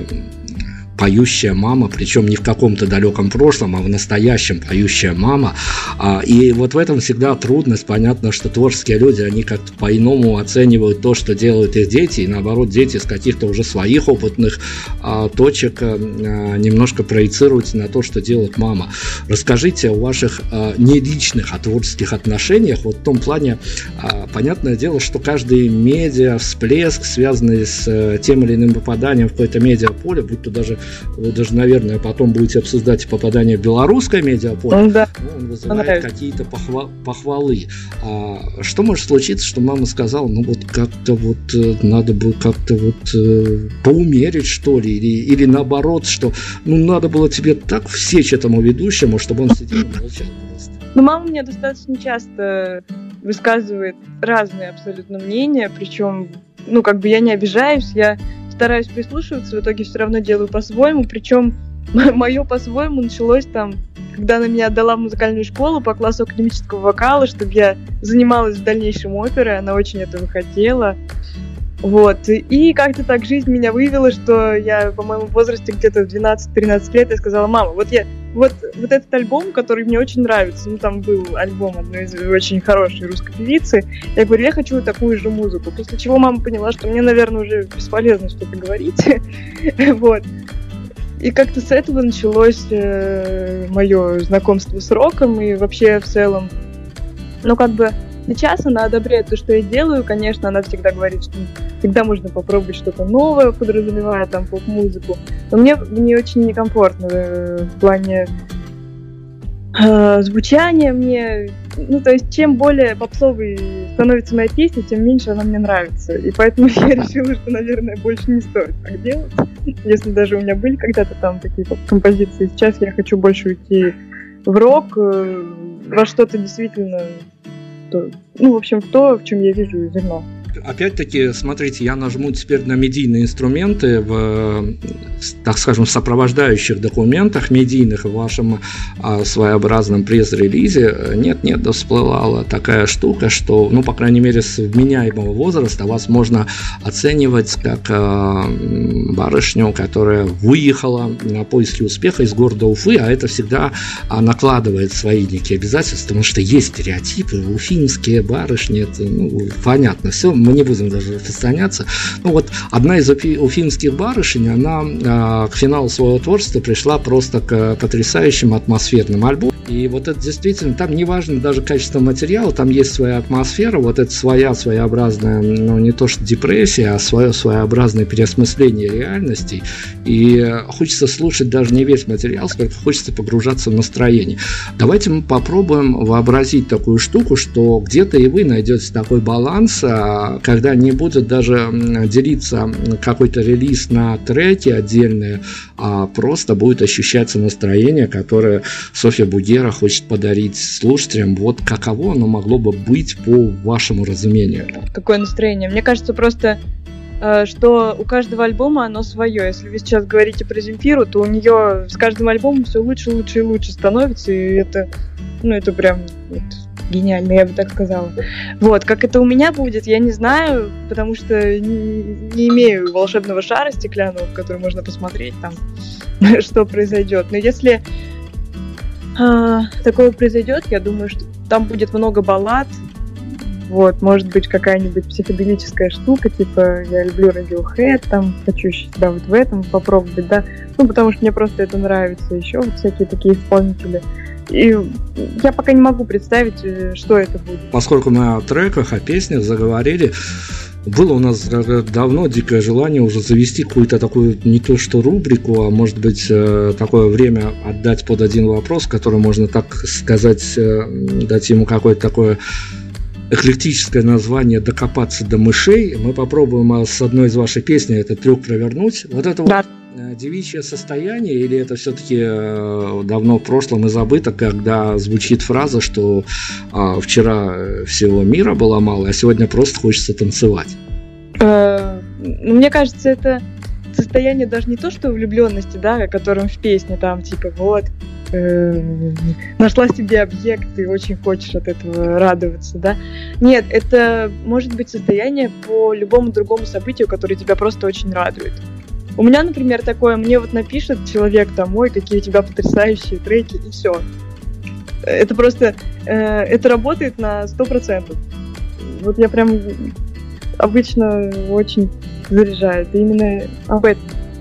[SPEAKER 4] поющая мама, причем не в каком-то далеком прошлом, а в настоящем поющая мама. И вот в этом всегда трудность. Понятно, что творческие люди, они как-то по-иному оценивают то, что делают их дети, и наоборот, дети с каких-то уже своих опытных точек немножко проецируются на то, что делает мама. Расскажите о ваших не личных, а творческих отношениях. Вот в том плане, понятное дело, что каждый медиа, всплеск, связанный с тем или иным попаданием в какое-то медиаполе, будь то даже вы даже, наверное, потом будете обсуждать попадание в белорусское медиаполе, ну, да. ну, он вызывает какие-то похва- похвалы. А что может случиться, что мама сказала, ну вот как-то вот надо бы как-то вот э, поумерить, что ли, или, или наоборот, что ну надо было тебе так всечь этому ведущему, чтобы он сидел и молчал просто.
[SPEAKER 5] Ну, мама мне достаточно часто высказывает разные абсолютно мнения, причем, ну, как бы я не обижаюсь, я стараюсь прислушиваться, в итоге все равно делаю по-своему, причем мое по-своему началось там, когда она меня отдала в музыкальную школу по классу академического вокала, чтобы я занималась в дальнейшем оперой, она очень этого хотела. Вот, и как-то так жизнь меня вывела, что я, по моему возрасте, где-то в двенадцать-тринадцать лет, я сказала, мама, вот я, вот, вот этот альбом, который мне очень нравится, ну, там был альбом одной из очень хорошей русской певицы, я говорю, я хочу такую же музыку, после чего мама поняла, что мне, наверное, уже бесполезно что-то говорить, вот. И как-то с этого началось э, мое знакомство с роком и вообще в целом, ну, как бы, сейчас она одобряет то, что я делаю, конечно, она всегда говорит, что всегда можно попробовать что-то новое, подразумевая там поп-музыку, но мне, мне очень некомфортно в плане э, звучания мне, ну, то есть, чем более попсовой становится моя песня, тем меньше она мне нравится, и поэтому я решила, что, наверное, больше не стоит так делать, если даже у меня были когда-то там такие композиции, сейчас я хочу больше уйти в рок, э, во что-то действительно... Ну, в общем, в то, в чем я вижу зерно.
[SPEAKER 4] Опять-таки, смотрите, я нажму теперь на медийные инструменты в, так скажем, сопровождающих документах медийных в вашем а, своеобразном пресс-релизе. Нет-нет, да всплывала такая штука, что, ну, по крайней мере, с вменяемого возраста вас можно оценивать как а, барышню, которая выехала на поиски успеха из города Уфы, а это всегда а, накладывает свои некие обязательства, потому что есть стереотипы, уфимские барышни, это, ну, понятно, все, мы не будем даже распространяться. Ну вот одна из уфи- уфимских барышень, она э, к финалу своего творчества пришла просто к потрясающим атмосферным альбомам. И вот это действительно, там не важно даже качество материала, там есть своя атмосфера, вот это своя своеобразная, ну не то что депрессия, а свое своеобразное переосмысление реальности. И хочется слушать даже не весь материал, сколько хочется погружаться в настроение. Давайте мы попробуем вообразить такую штуку, что где-то и вы найдете такой баланс, когда не будет даже делиться какой-то релиз на треки отдельные, а просто будет ощущаться настроение, которое Софья Бугера хочет подарить слушателям. Вот каково оно могло бы быть по вашему разумению?
[SPEAKER 5] Какое настроение? Мне кажется, просто что у каждого альбома оно свое. Если вы сейчас говорите про Земфиру, то у нее с каждым альбомом все лучше, лучше и лучше становится, и это, ну, это прям вот, гениально, я бы так сказала. Вот, как это у меня будет, я не знаю, потому что не, не имею волшебного шара стеклянного, в который можно посмотреть там, что произойдет. Но если э, такое произойдет, я думаю, что там будет много баллад. Вот, может быть, какая-нибудь психоделическая штука, типа я люблю Radiohead, там, хочу себя вот в этом попробовать, да, ну, потому что мне просто это нравится, еще вот всякие такие исполнители. И я пока не могу представить, что это будет.
[SPEAKER 4] Поскольку мы о треках, о песнях заговорили, было у нас давно дикое желание уже завести какую-то такую, не то что рубрику, а может быть такое время отдать под один вопрос, который можно, так сказать, дать ему какое-то такое эклектическое название «Докопаться до мышей». Мы попробуем с одной из ваших песен этот трюк провернуть. Вот это да. вот девичье состояние, или это все-таки давно в прошлом и забыто, когда звучит фраза, что а, вчера всего мира было мало, а сегодня просто хочется танцевать?
[SPEAKER 5] Мне кажется, это состояние даже не то, что влюбленности, да, о котором в песне там типа вот э, нашла себе объект, и очень хочешь от этого радоваться, да. Нет, это может быть состояние по любому другому событию, которое тебя просто очень радует. У меня, например, такое, мне вот напишет человек там, ой, какие у тебя потрясающие треки, и все. Это просто, э, это работает на сто процентов. Вот я прям обычно очень заряжает. И именно об этом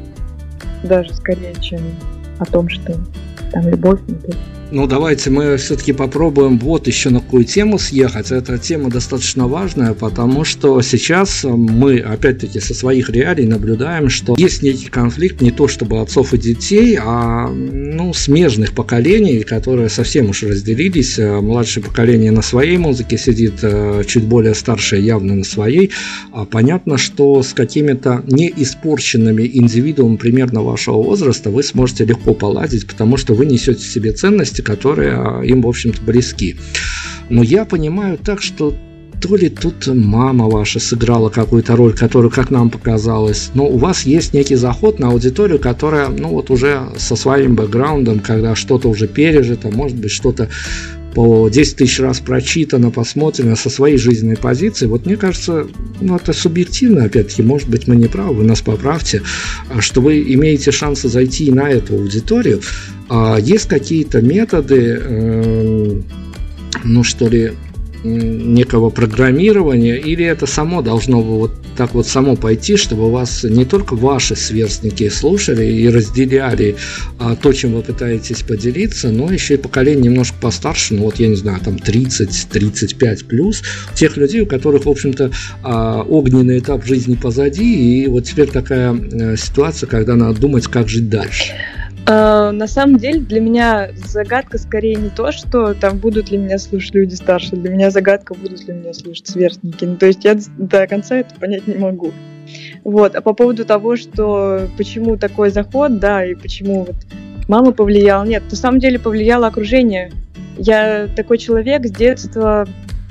[SPEAKER 5] даже скорее, чем о том, что там любовь, любовь.
[SPEAKER 4] Ну, давайте мы все-таки попробуем вот еще на какую тему съехать. Эта тема достаточно важная, потому что сейчас мы, опять-таки, со своих реалий наблюдаем, что есть некий конфликт не то чтобы отцов и детей, а ну, смежных поколений, которые совсем уж разделились. Младшее поколение на своей музыке сидит, чуть более старшее явно на своей. Понятно, что с какими-то неиспорченными индивидуумами примерно вашего возраста вы сможете легко поладить, потому что вы несете в себе ценности, которые им, в общем-то, близки. Но я понимаю так, что то ли тут мама ваша сыграла какую-то роль, которую, как нам показалось, но у вас есть некий заход на аудиторию, которая, ну вот уже со своим бэкграундом, когда что-то уже пережито, может быть, что-то по десять тысяч раз прочитано, посмотрено со своей жизненной позиции. Вот мне кажется, ну это субъективно, опять-таки, может быть, мы не правы, вы нас поправьте, что вы имеете шансы зайти на эту аудиторию. Есть какие-то методы, э, ну что ли, некого программирования, или это само должно вот так вот само пойти, чтобы вас не только ваши сверстники слушали и разделяли а, то, чем вы пытаетесь поделиться, но еще и поколение немножко постарше, ну вот я не знаю, там тридцать тридцать пять плюс, тех людей, у которых, в общем-то, а, огненный этап жизни позади, и вот теперь такая а, ситуация, когда надо думать, как жить дальше.
[SPEAKER 5] Uh, на самом деле для меня загадка скорее не то, что там будут ли меня слушать люди старше, для меня загадка, будут ли меня слушать сверстники. Ну, то есть я до конца это понять не могу. Вот. А по поводу того, что почему такой заход, да, и почему вот мама повлияла, нет, на самом деле повлияло окружение. Я такой человек с детства,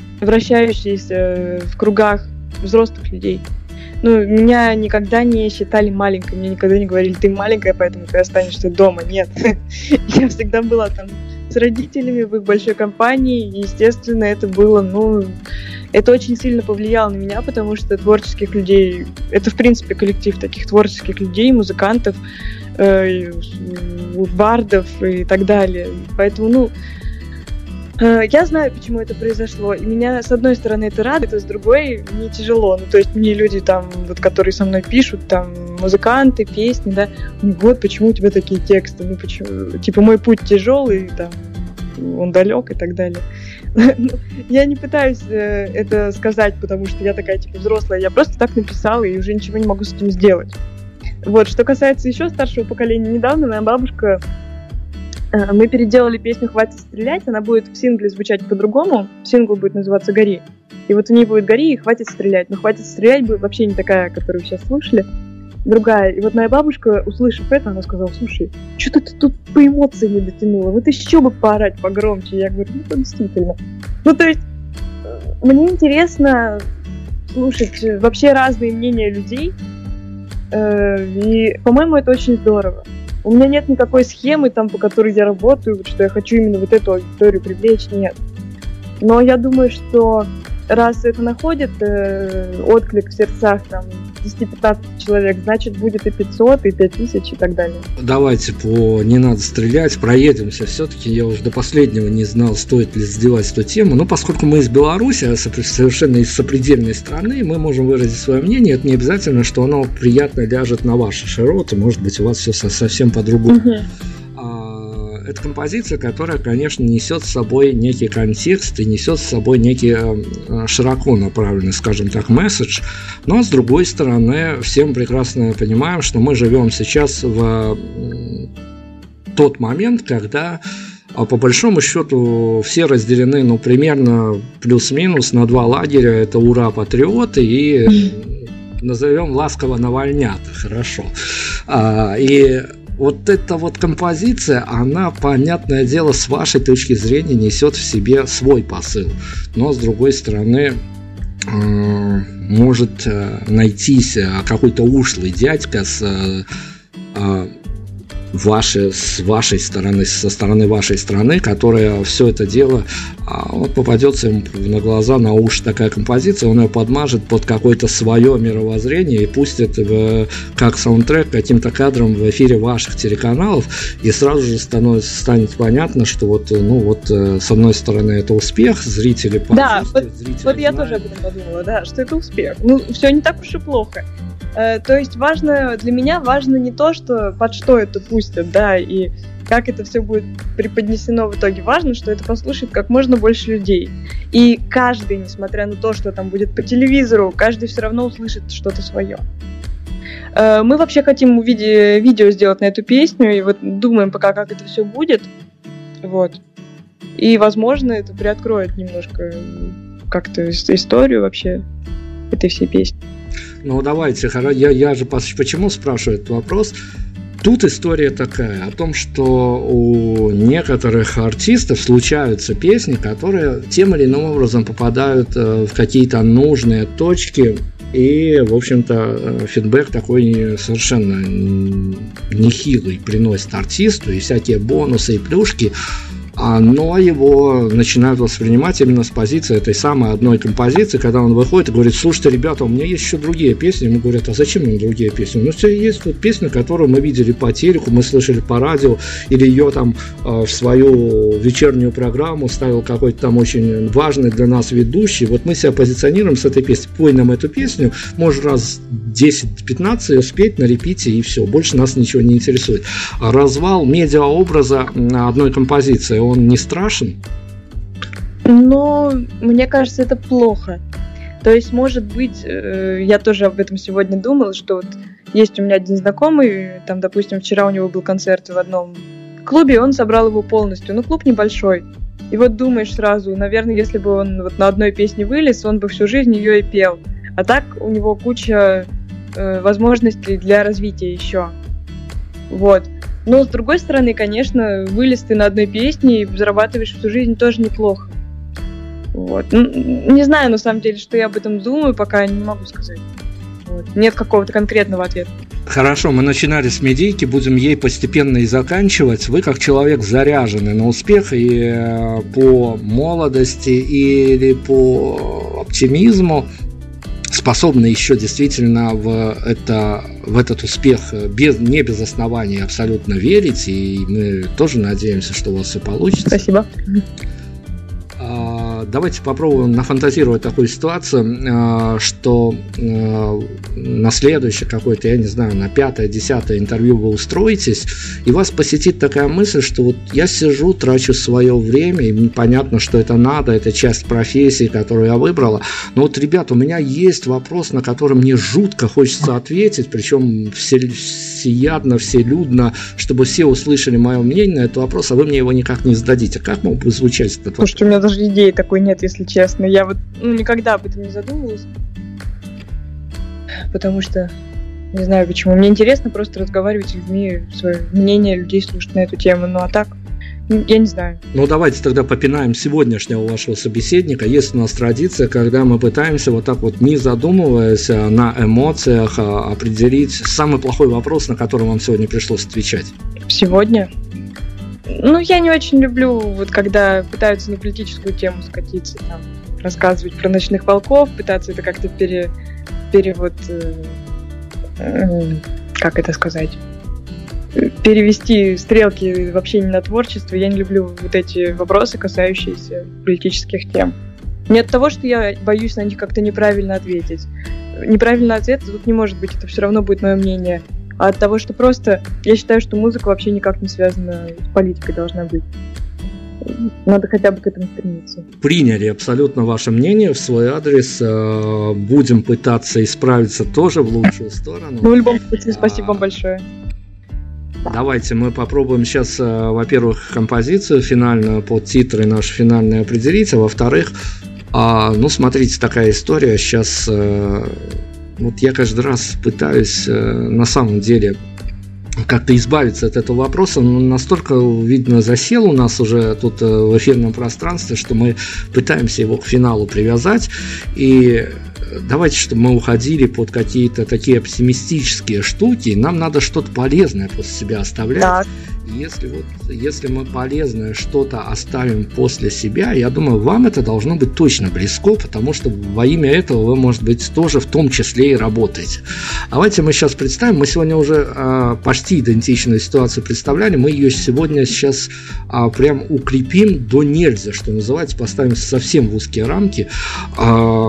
[SPEAKER 5] вращающийся в кругах взрослых людей. Ну, меня никогда не считали маленькой, мне никогда не говорили, ты маленькая, поэтому ты останешься дома. Нет, я всегда была там с родителями в их большой компании, и, естественно, это было, ну, это очень сильно повлияло на меня, потому что творческих людей, это, в принципе, коллектив таких творческих людей, музыкантов, э, бардов и так далее. Поэтому, ну, я знаю, почему это произошло, и меня, с одной стороны, это радует, а с другой мне тяжело. Ну, то есть мне люди, там, вот, которые со мной пишут, там, музыканты, песни, да, вот, почему у тебя такие тексты, ну, почему, типа, мой путь тяжелый, там, он далек и так далее. Я не пытаюсь это сказать, потому что я такая, типа, взрослая, я просто так написала и уже ничего не могу с этим сделать. Вот, что касается еще старшего поколения, недавно моя бабушка... Мы переделали песню «Хватит стрелять», она будет в сингле звучать по-другому, сингл будет называться «Гори». И вот у нее будет «Гори» и «Хватит стрелять». Но «Хватит стрелять» будет вообще не такая, которую вы сейчас слушали, другая. И вот моя бабушка, услышав это, она сказала, слушай, что-то ты тут по эмоциям не дотянула, вот еще бы поорать погромче. Я говорю, ну, это действительно. Ну, то есть, мне интересно слушать вообще разные мнения людей, и, по-моему, это очень здорово. У меня нет никакой схемы, там, по которой я работаю, что я хочу именно вот эту аудиторию привлечь, нет. Но я думаю, что раз это находит э, отклик в сердцах там десять-пятнадцать человек, значит будет и пятьсот, и пять тысяч и так далее.
[SPEAKER 4] Давайте по «Не надо стрелять» проедемся. Все-таки я уже до последнего не знал, стоит ли сделать эту тему. Но поскольку мы из Беларуси, совершенно из сопредельной страны, мы можем выразить свое мнение. Это не обязательно, что оно приятно ляжет на ваши широты. Может быть, у вас все совсем по-другому. Uh-huh. Это композиция, которая, конечно, несет с собой некий контекст и несет с собой некий широко направленный, скажем так, месседж. Но, с другой стороны, всем прекрасно понимаем, что мы живем сейчас в тот момент, когда, по большому счету, все разделены, ну, примерно плюс-минус на два лагеря. Это ура-патриоты и... назовем ласково навальнята, хорошо. А, и вот эта вот композиция, она, понятное дело, с вашей точки зрения несет в себе свой посыл. Но, с другой стороны, может найтись какой-то ушлый дядька с Ваши, с вашей стороны, со стороны вашей страны, которая все это дело, вот попадется ему на глаза, на уши такая композиция, он ее подмажет под какое-то свое мировоззрение и пустит в, как саундтрек каким-то кадром в эфире ваших телеканалов, и сразу же становится, станет понятно, что вот, ну вот, с одной стороны это успех, зрители
[SPEAKER 5] да, вот, вот я тоже об этом подумала, да, что это успех. Ну, все не так уж и плохо. То есть важно, для меня важно не то, что под что это пустят, да, и как это все будет преподнесено в итоге. Важно, что это послушает как можно больше людей. И каждый, несмотря на то, что там будет по телевизору, каждый все равно услышит что-то свое. Мы вообще хотим увидеть видео сделать на эту песню, и вот думаем пока, как это все будет. Вот. И, возможно, это приоткроет немножко как-то историю вообще этой всей песни.
[SPEAKER 4] Ну, давайте, я, я же почему спрашиваю этот вопрос? Тут история такая, о том, что у некоторых артистов случаются песни, которые тем или иным образом попадают в какие-то нужные точки, и, в общем-то, фидбэк такой совершенно нехилый приносит артисту, и всякие бонусы и плюшки, но его начинают воспринимать именно с позиции этой самой одной композиции, когда он выходит и говорит: слушайте, ребята, у меня есть еще другие песни. Ему говорят: а зачем нам другие песни? Ну, все, есть вот песня, которую мы видели по телеку, мы слышали по радио, или ее там в свою вечернюю программу ставил какой-то там очень важный для нас ведущий. Вот мы себя позиционируем с этой песней. Пой нам эту песню, может раз десять-пятнадцать ее спеть на репите, и все, больше нас ничего не интересует. Развал медиаобраза одной композиции, он не страшен?
[SPEAKER 5] Но мне кажется, это плохо. То есть, может быть, я тоже об этом сегодня думала, что вот есть у меня один знакомый, там, допустим, вчера у него был концерт в одном клубе, и он собрал его полностью. Ну, клуб небольшой. И вот думаешь сразу, наверное, если бы он вот на одной песне вылез, он бы всю жизнь ее и пел. А так у него куча э, возможностей для развития еще. Вот. Но, с другой стороны, конечно, вылез ты на одной песне и зарабатываешь всю жизнь тоже неплохо. Вот. Ну, не знаю, на самом деле, что я об этом думаю, пока не могу сказать. Вот. Нет какого-то конкретного ответа.
[SPEAKER 4] Хорошо, мы начинали с медийки, будем ей постепенно и заканчивать. Вы, как человек, заряженный на успех и по молодости, или по оптимизму, способны еще действительно в, это, в этот успех без, не без оснований абсолютно верить, и мы тоже надеемся, что у вас все получится.
[SPEAKER 5] Спасибо.
[SPEAKER 4] Давайте попробуем нафантазировать такую ситуацию, что на следующее какое-то, я не знаю, на пятое, десятое интервью вы устроитесь, и вас посетит такая мысль, что вот я сижу, трачу свое время, и понятно, что это надо, это часть профессии, которую я выбрала, но вот, ребят, у меня есть вопрос, на который мне жутко хочется ответить, причем всеядно, вселюдно, чтобы все услышали мое мнение на этот вопрос, а вы мне его никак не зададите. Как мог бы звучать этот вопрос?
[SPEAKER 5] Слушайте, у меня даже идеи такой нет, если честно. Я вот ну, никогда об этом не задумывалась. Потому что не знаю почему. Мне интересно просто разговаривать с людьми, свое мнение людей слушать на эту тему. Ну а так, я не знаю.
[SPEAKER 4] Ну давайте тогда попинаем сегодняшнего вашего собеседника. Есть у нас традиция, когда мы пытаемся вот так вот, не задумываясь на эмоциях, определить самый плохой вопрос, на который вам сегодня пришлось отвечать.
[SPEAKER 5] Сегодня? Ну, я не очень люблю, вот когда пытаются на политическую тему скатиться, там, рассказывать про ночных волков, пытаться это как-то пере, пере вот, э, э, как это сказать, перевести стрелки вообще не на творчество. Я не люблю вот эти вопросы, касающиеся политических тем. Не от того, что я боюсь на них как-то неправильно ответить. Неправильный ответ тут не может быть, это все равно будет мое мнение. А от того, что просто я считаю, что музыка вообще никак не связана с политикой должна быть. Надо хотя бы к этому стремиться.
[SPEAKER 4] Приняли абсолютно ваше мнение в свой адрес. Будем пытаться исправиться тоже в лучшую сторону.
[SPEAKER 5] Ну, в любом случае, спасибо вам большое.
[SPEAKER 4] Давайте мы попробуем сейчас, во-первых, композицию финальную под титры наши финальные определить, а во-вторых, ну, смотрите, такая история сейчас... Вот я каждый раз пытаюсь на самом деле как-то избавиться от этого вопроса, но настолько, видно, засел у нас уже тут в эфирном пространстве, что мы пытаемся его к финалу привязать. И давайте, чтобы мы уходили под какие-то такие оптимистические штуки, нам надо что-то полезное после себя оставлять. Так. Если, вот, если мы полезное что-то оставим после себя, я думаю, вам это должно быть точно близко, потому что во имя этого вы, может быть, тоже в том числе и работаете. Давайте мы сейчас представим, мы сегодня уже а, почти идентичную ситуацию представляли, мы ее сегодня сейчас а, прям укрепим до нельзя, что называется, поставим совсем в узкие рамки. А,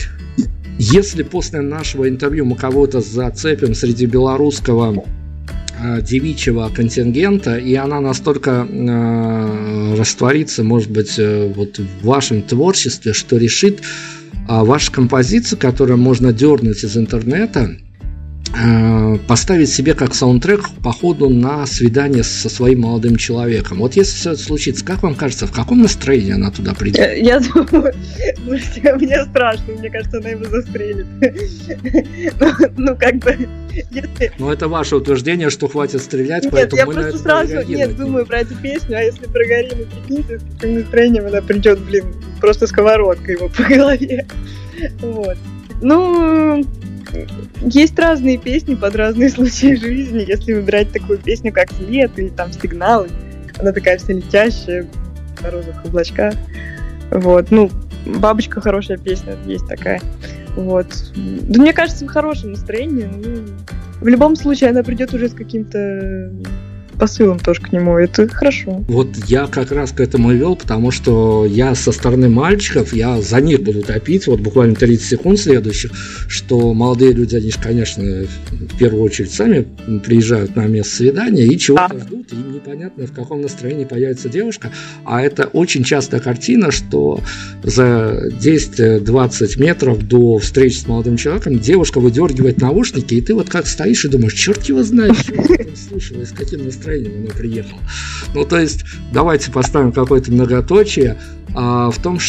[SPEAKER 4] если после нашего интервью мы кого-то зацепим среди белорусского девичьего контингента, и она настолько э, растворится, может быть, э, вот в вашем творчестве, что решит э, вашу композицию, которую можно дернуть из интернета, э, поставить себе как саундтрек по ходу на свидание со своим молодым человеком. Вот если все это случится, как вам кажется, в каком настроении она туда придет?
[SPEAKER 5] Я, я думаю, слушайте, мне страшно, мне кажется, она его застрелит. ну, ну, как бы... Если...
[SPEAKER 4] Ну, это ваше утверждение, что хватит стрелять,
[SPEAKER 5] нет,
[SPEAKER 4] поэтому
[SPEAKER 5] я
[SPEAKER 4] мы
[SPEAKER 5] просто
[SPEAKER 4] на
[SPEAKER 5] сразу, нет, думаю про эту песню, а если прогорим и прикиньте, с каким настроением она придет, блин, просто сковородкой его по голове. Вот. Ну, есть разные песни под разные случаи жизни. Если выбирать такую песню, как «Свет» или там «Сигнал», она такая вся летящая, на розовых облачках. Вот, ну, «Бабочка» хорошая песня, есть такая. Вот. Да, мне кажется, в хорошем настроении. Ну, в любом случае, она придет уже с каким-то посылом тоже к нему. Это хорошо.
[SPEAKER 4] Вот я как раз к этому и вел, потому что я со стороны мальчиков, я за них буду топить, вот буквально тридцать секунд следующих, что молодые люди, они же, конечно, в первую очередь сами приезжают на место свидания и чего-то ждут, и им непонятно, в каком настроении появится девушка. А это очень частая картина, что за десять-двадцать метров до встречи с молодым человеком девушка выдергивает наушники, и ты вот как стоишь и думаешь, черт его знает, что он там слушал, и с каким настроением она приехала. Ну, то есть, давайте поставим какое-то многоточие а, в том,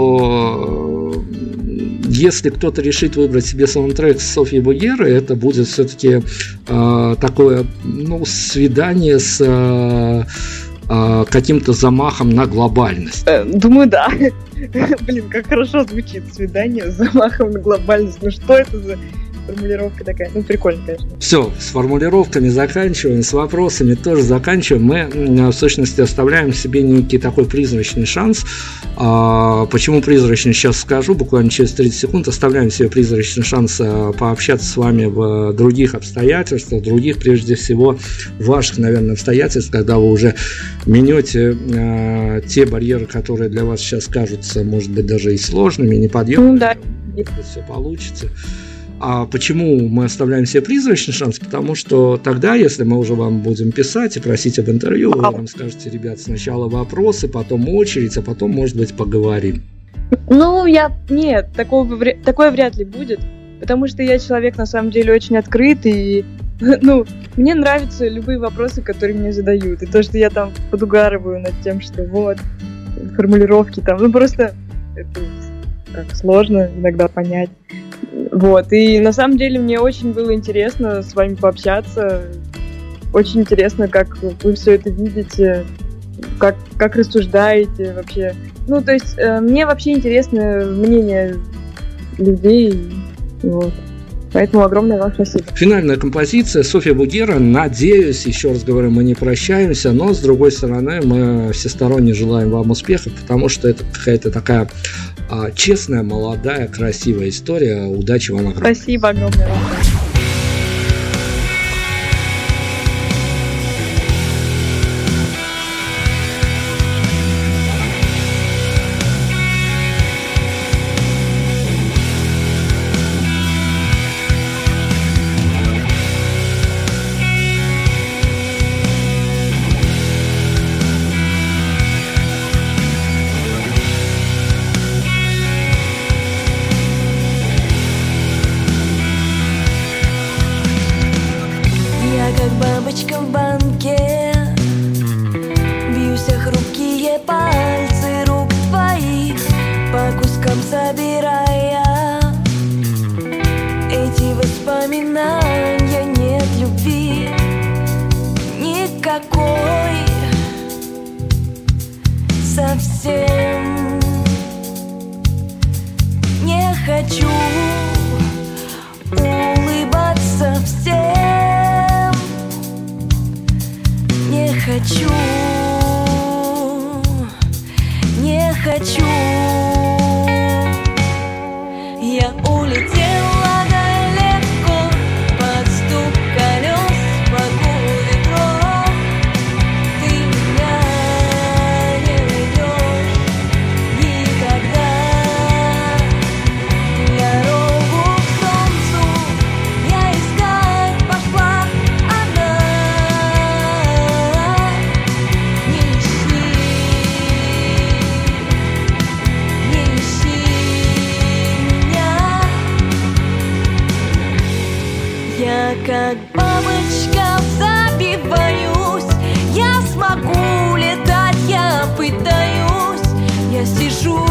[SPEAKER 4] что если кто-то решит выбрать себе саундтрек с Софьей Бугерой, это будет все-таки а, такое, ну, свидание с а, а, каким-то замахом на глобальность.
[SPEAKER 5] Думаю, да. Блин, как хорошо звучит свидание с замахом на глобальность. Ну, что это за... формулировка такая, ну прикольно, конечно.
[SPEAKER 4] Все, с формулировками заканчиваем, с вопросами тоже заканчиваем. Мы, в сущности, оставляем себе некий такой призрачный шанс. А, почему призрачный, сейчас скажу, буквально через тридцать секунд. Оставляем себе призрачный шанс пообщаться с вами в других обстоятельствах, других, прежде всего, ваших, наверное, обстоятельств, когда вы уже минете а, те барьеры, которые для вас сейчас кажутся, может быть, даже и сложными, неподъемными.
[SPEAKER 5] Ну, да.
[SPEAKER 4] Все получится. А почему мы оставляем себе призрачный шанс? Потому что тогда, если мы уже вам будем писать и просить об интервью, вы нам скажете, ребят, сначала вопросы, потом очередь, а потом, может быть, поговорим.
[SPEAKER 5] Ну, я... Нет, такого, такое вряд ли будет, потому что я человек, на самом деле, очень открытый, и, ну, мне нравятся любые вопросы, которые мне задают, и то, что я там подугариваю над тем, что вот, формулировки там, ну, просто это как сложно иногда понять. Вот, и на самом деле мне очень было интересно с вами пообщаться, очень интересно, как вы все это видите, как, как рассуждаете вообще. Ну, то есть, э, мне вообще интересно мнение людей, вот. Поэтому огромное вам спасибо.
[SPEAKER 4] Финальная композиция Софья Бугера. Надеюсь, еще раз говорю, мы не прощаемся, но с другой стороны мы всесторонне желаем вам успехов, потому что это какая-то такая а, честная, молодая, красивая история. Удачи вам огромное.
[SPEAKER 5] Спасибо огромное вам.
[SPEAKER 6] такой совсем не хочу улыбаться всем, не хочу, не хочу. Я улетела далеко под стук колес, под гул ветров. Ты меня не найдешь никогда. Дорогу к солнцу я искать пошла одна. Не ищи, не ищи меня. Я как бабочка забиваюсь, я смогу летать, я пытаюсь, я сижу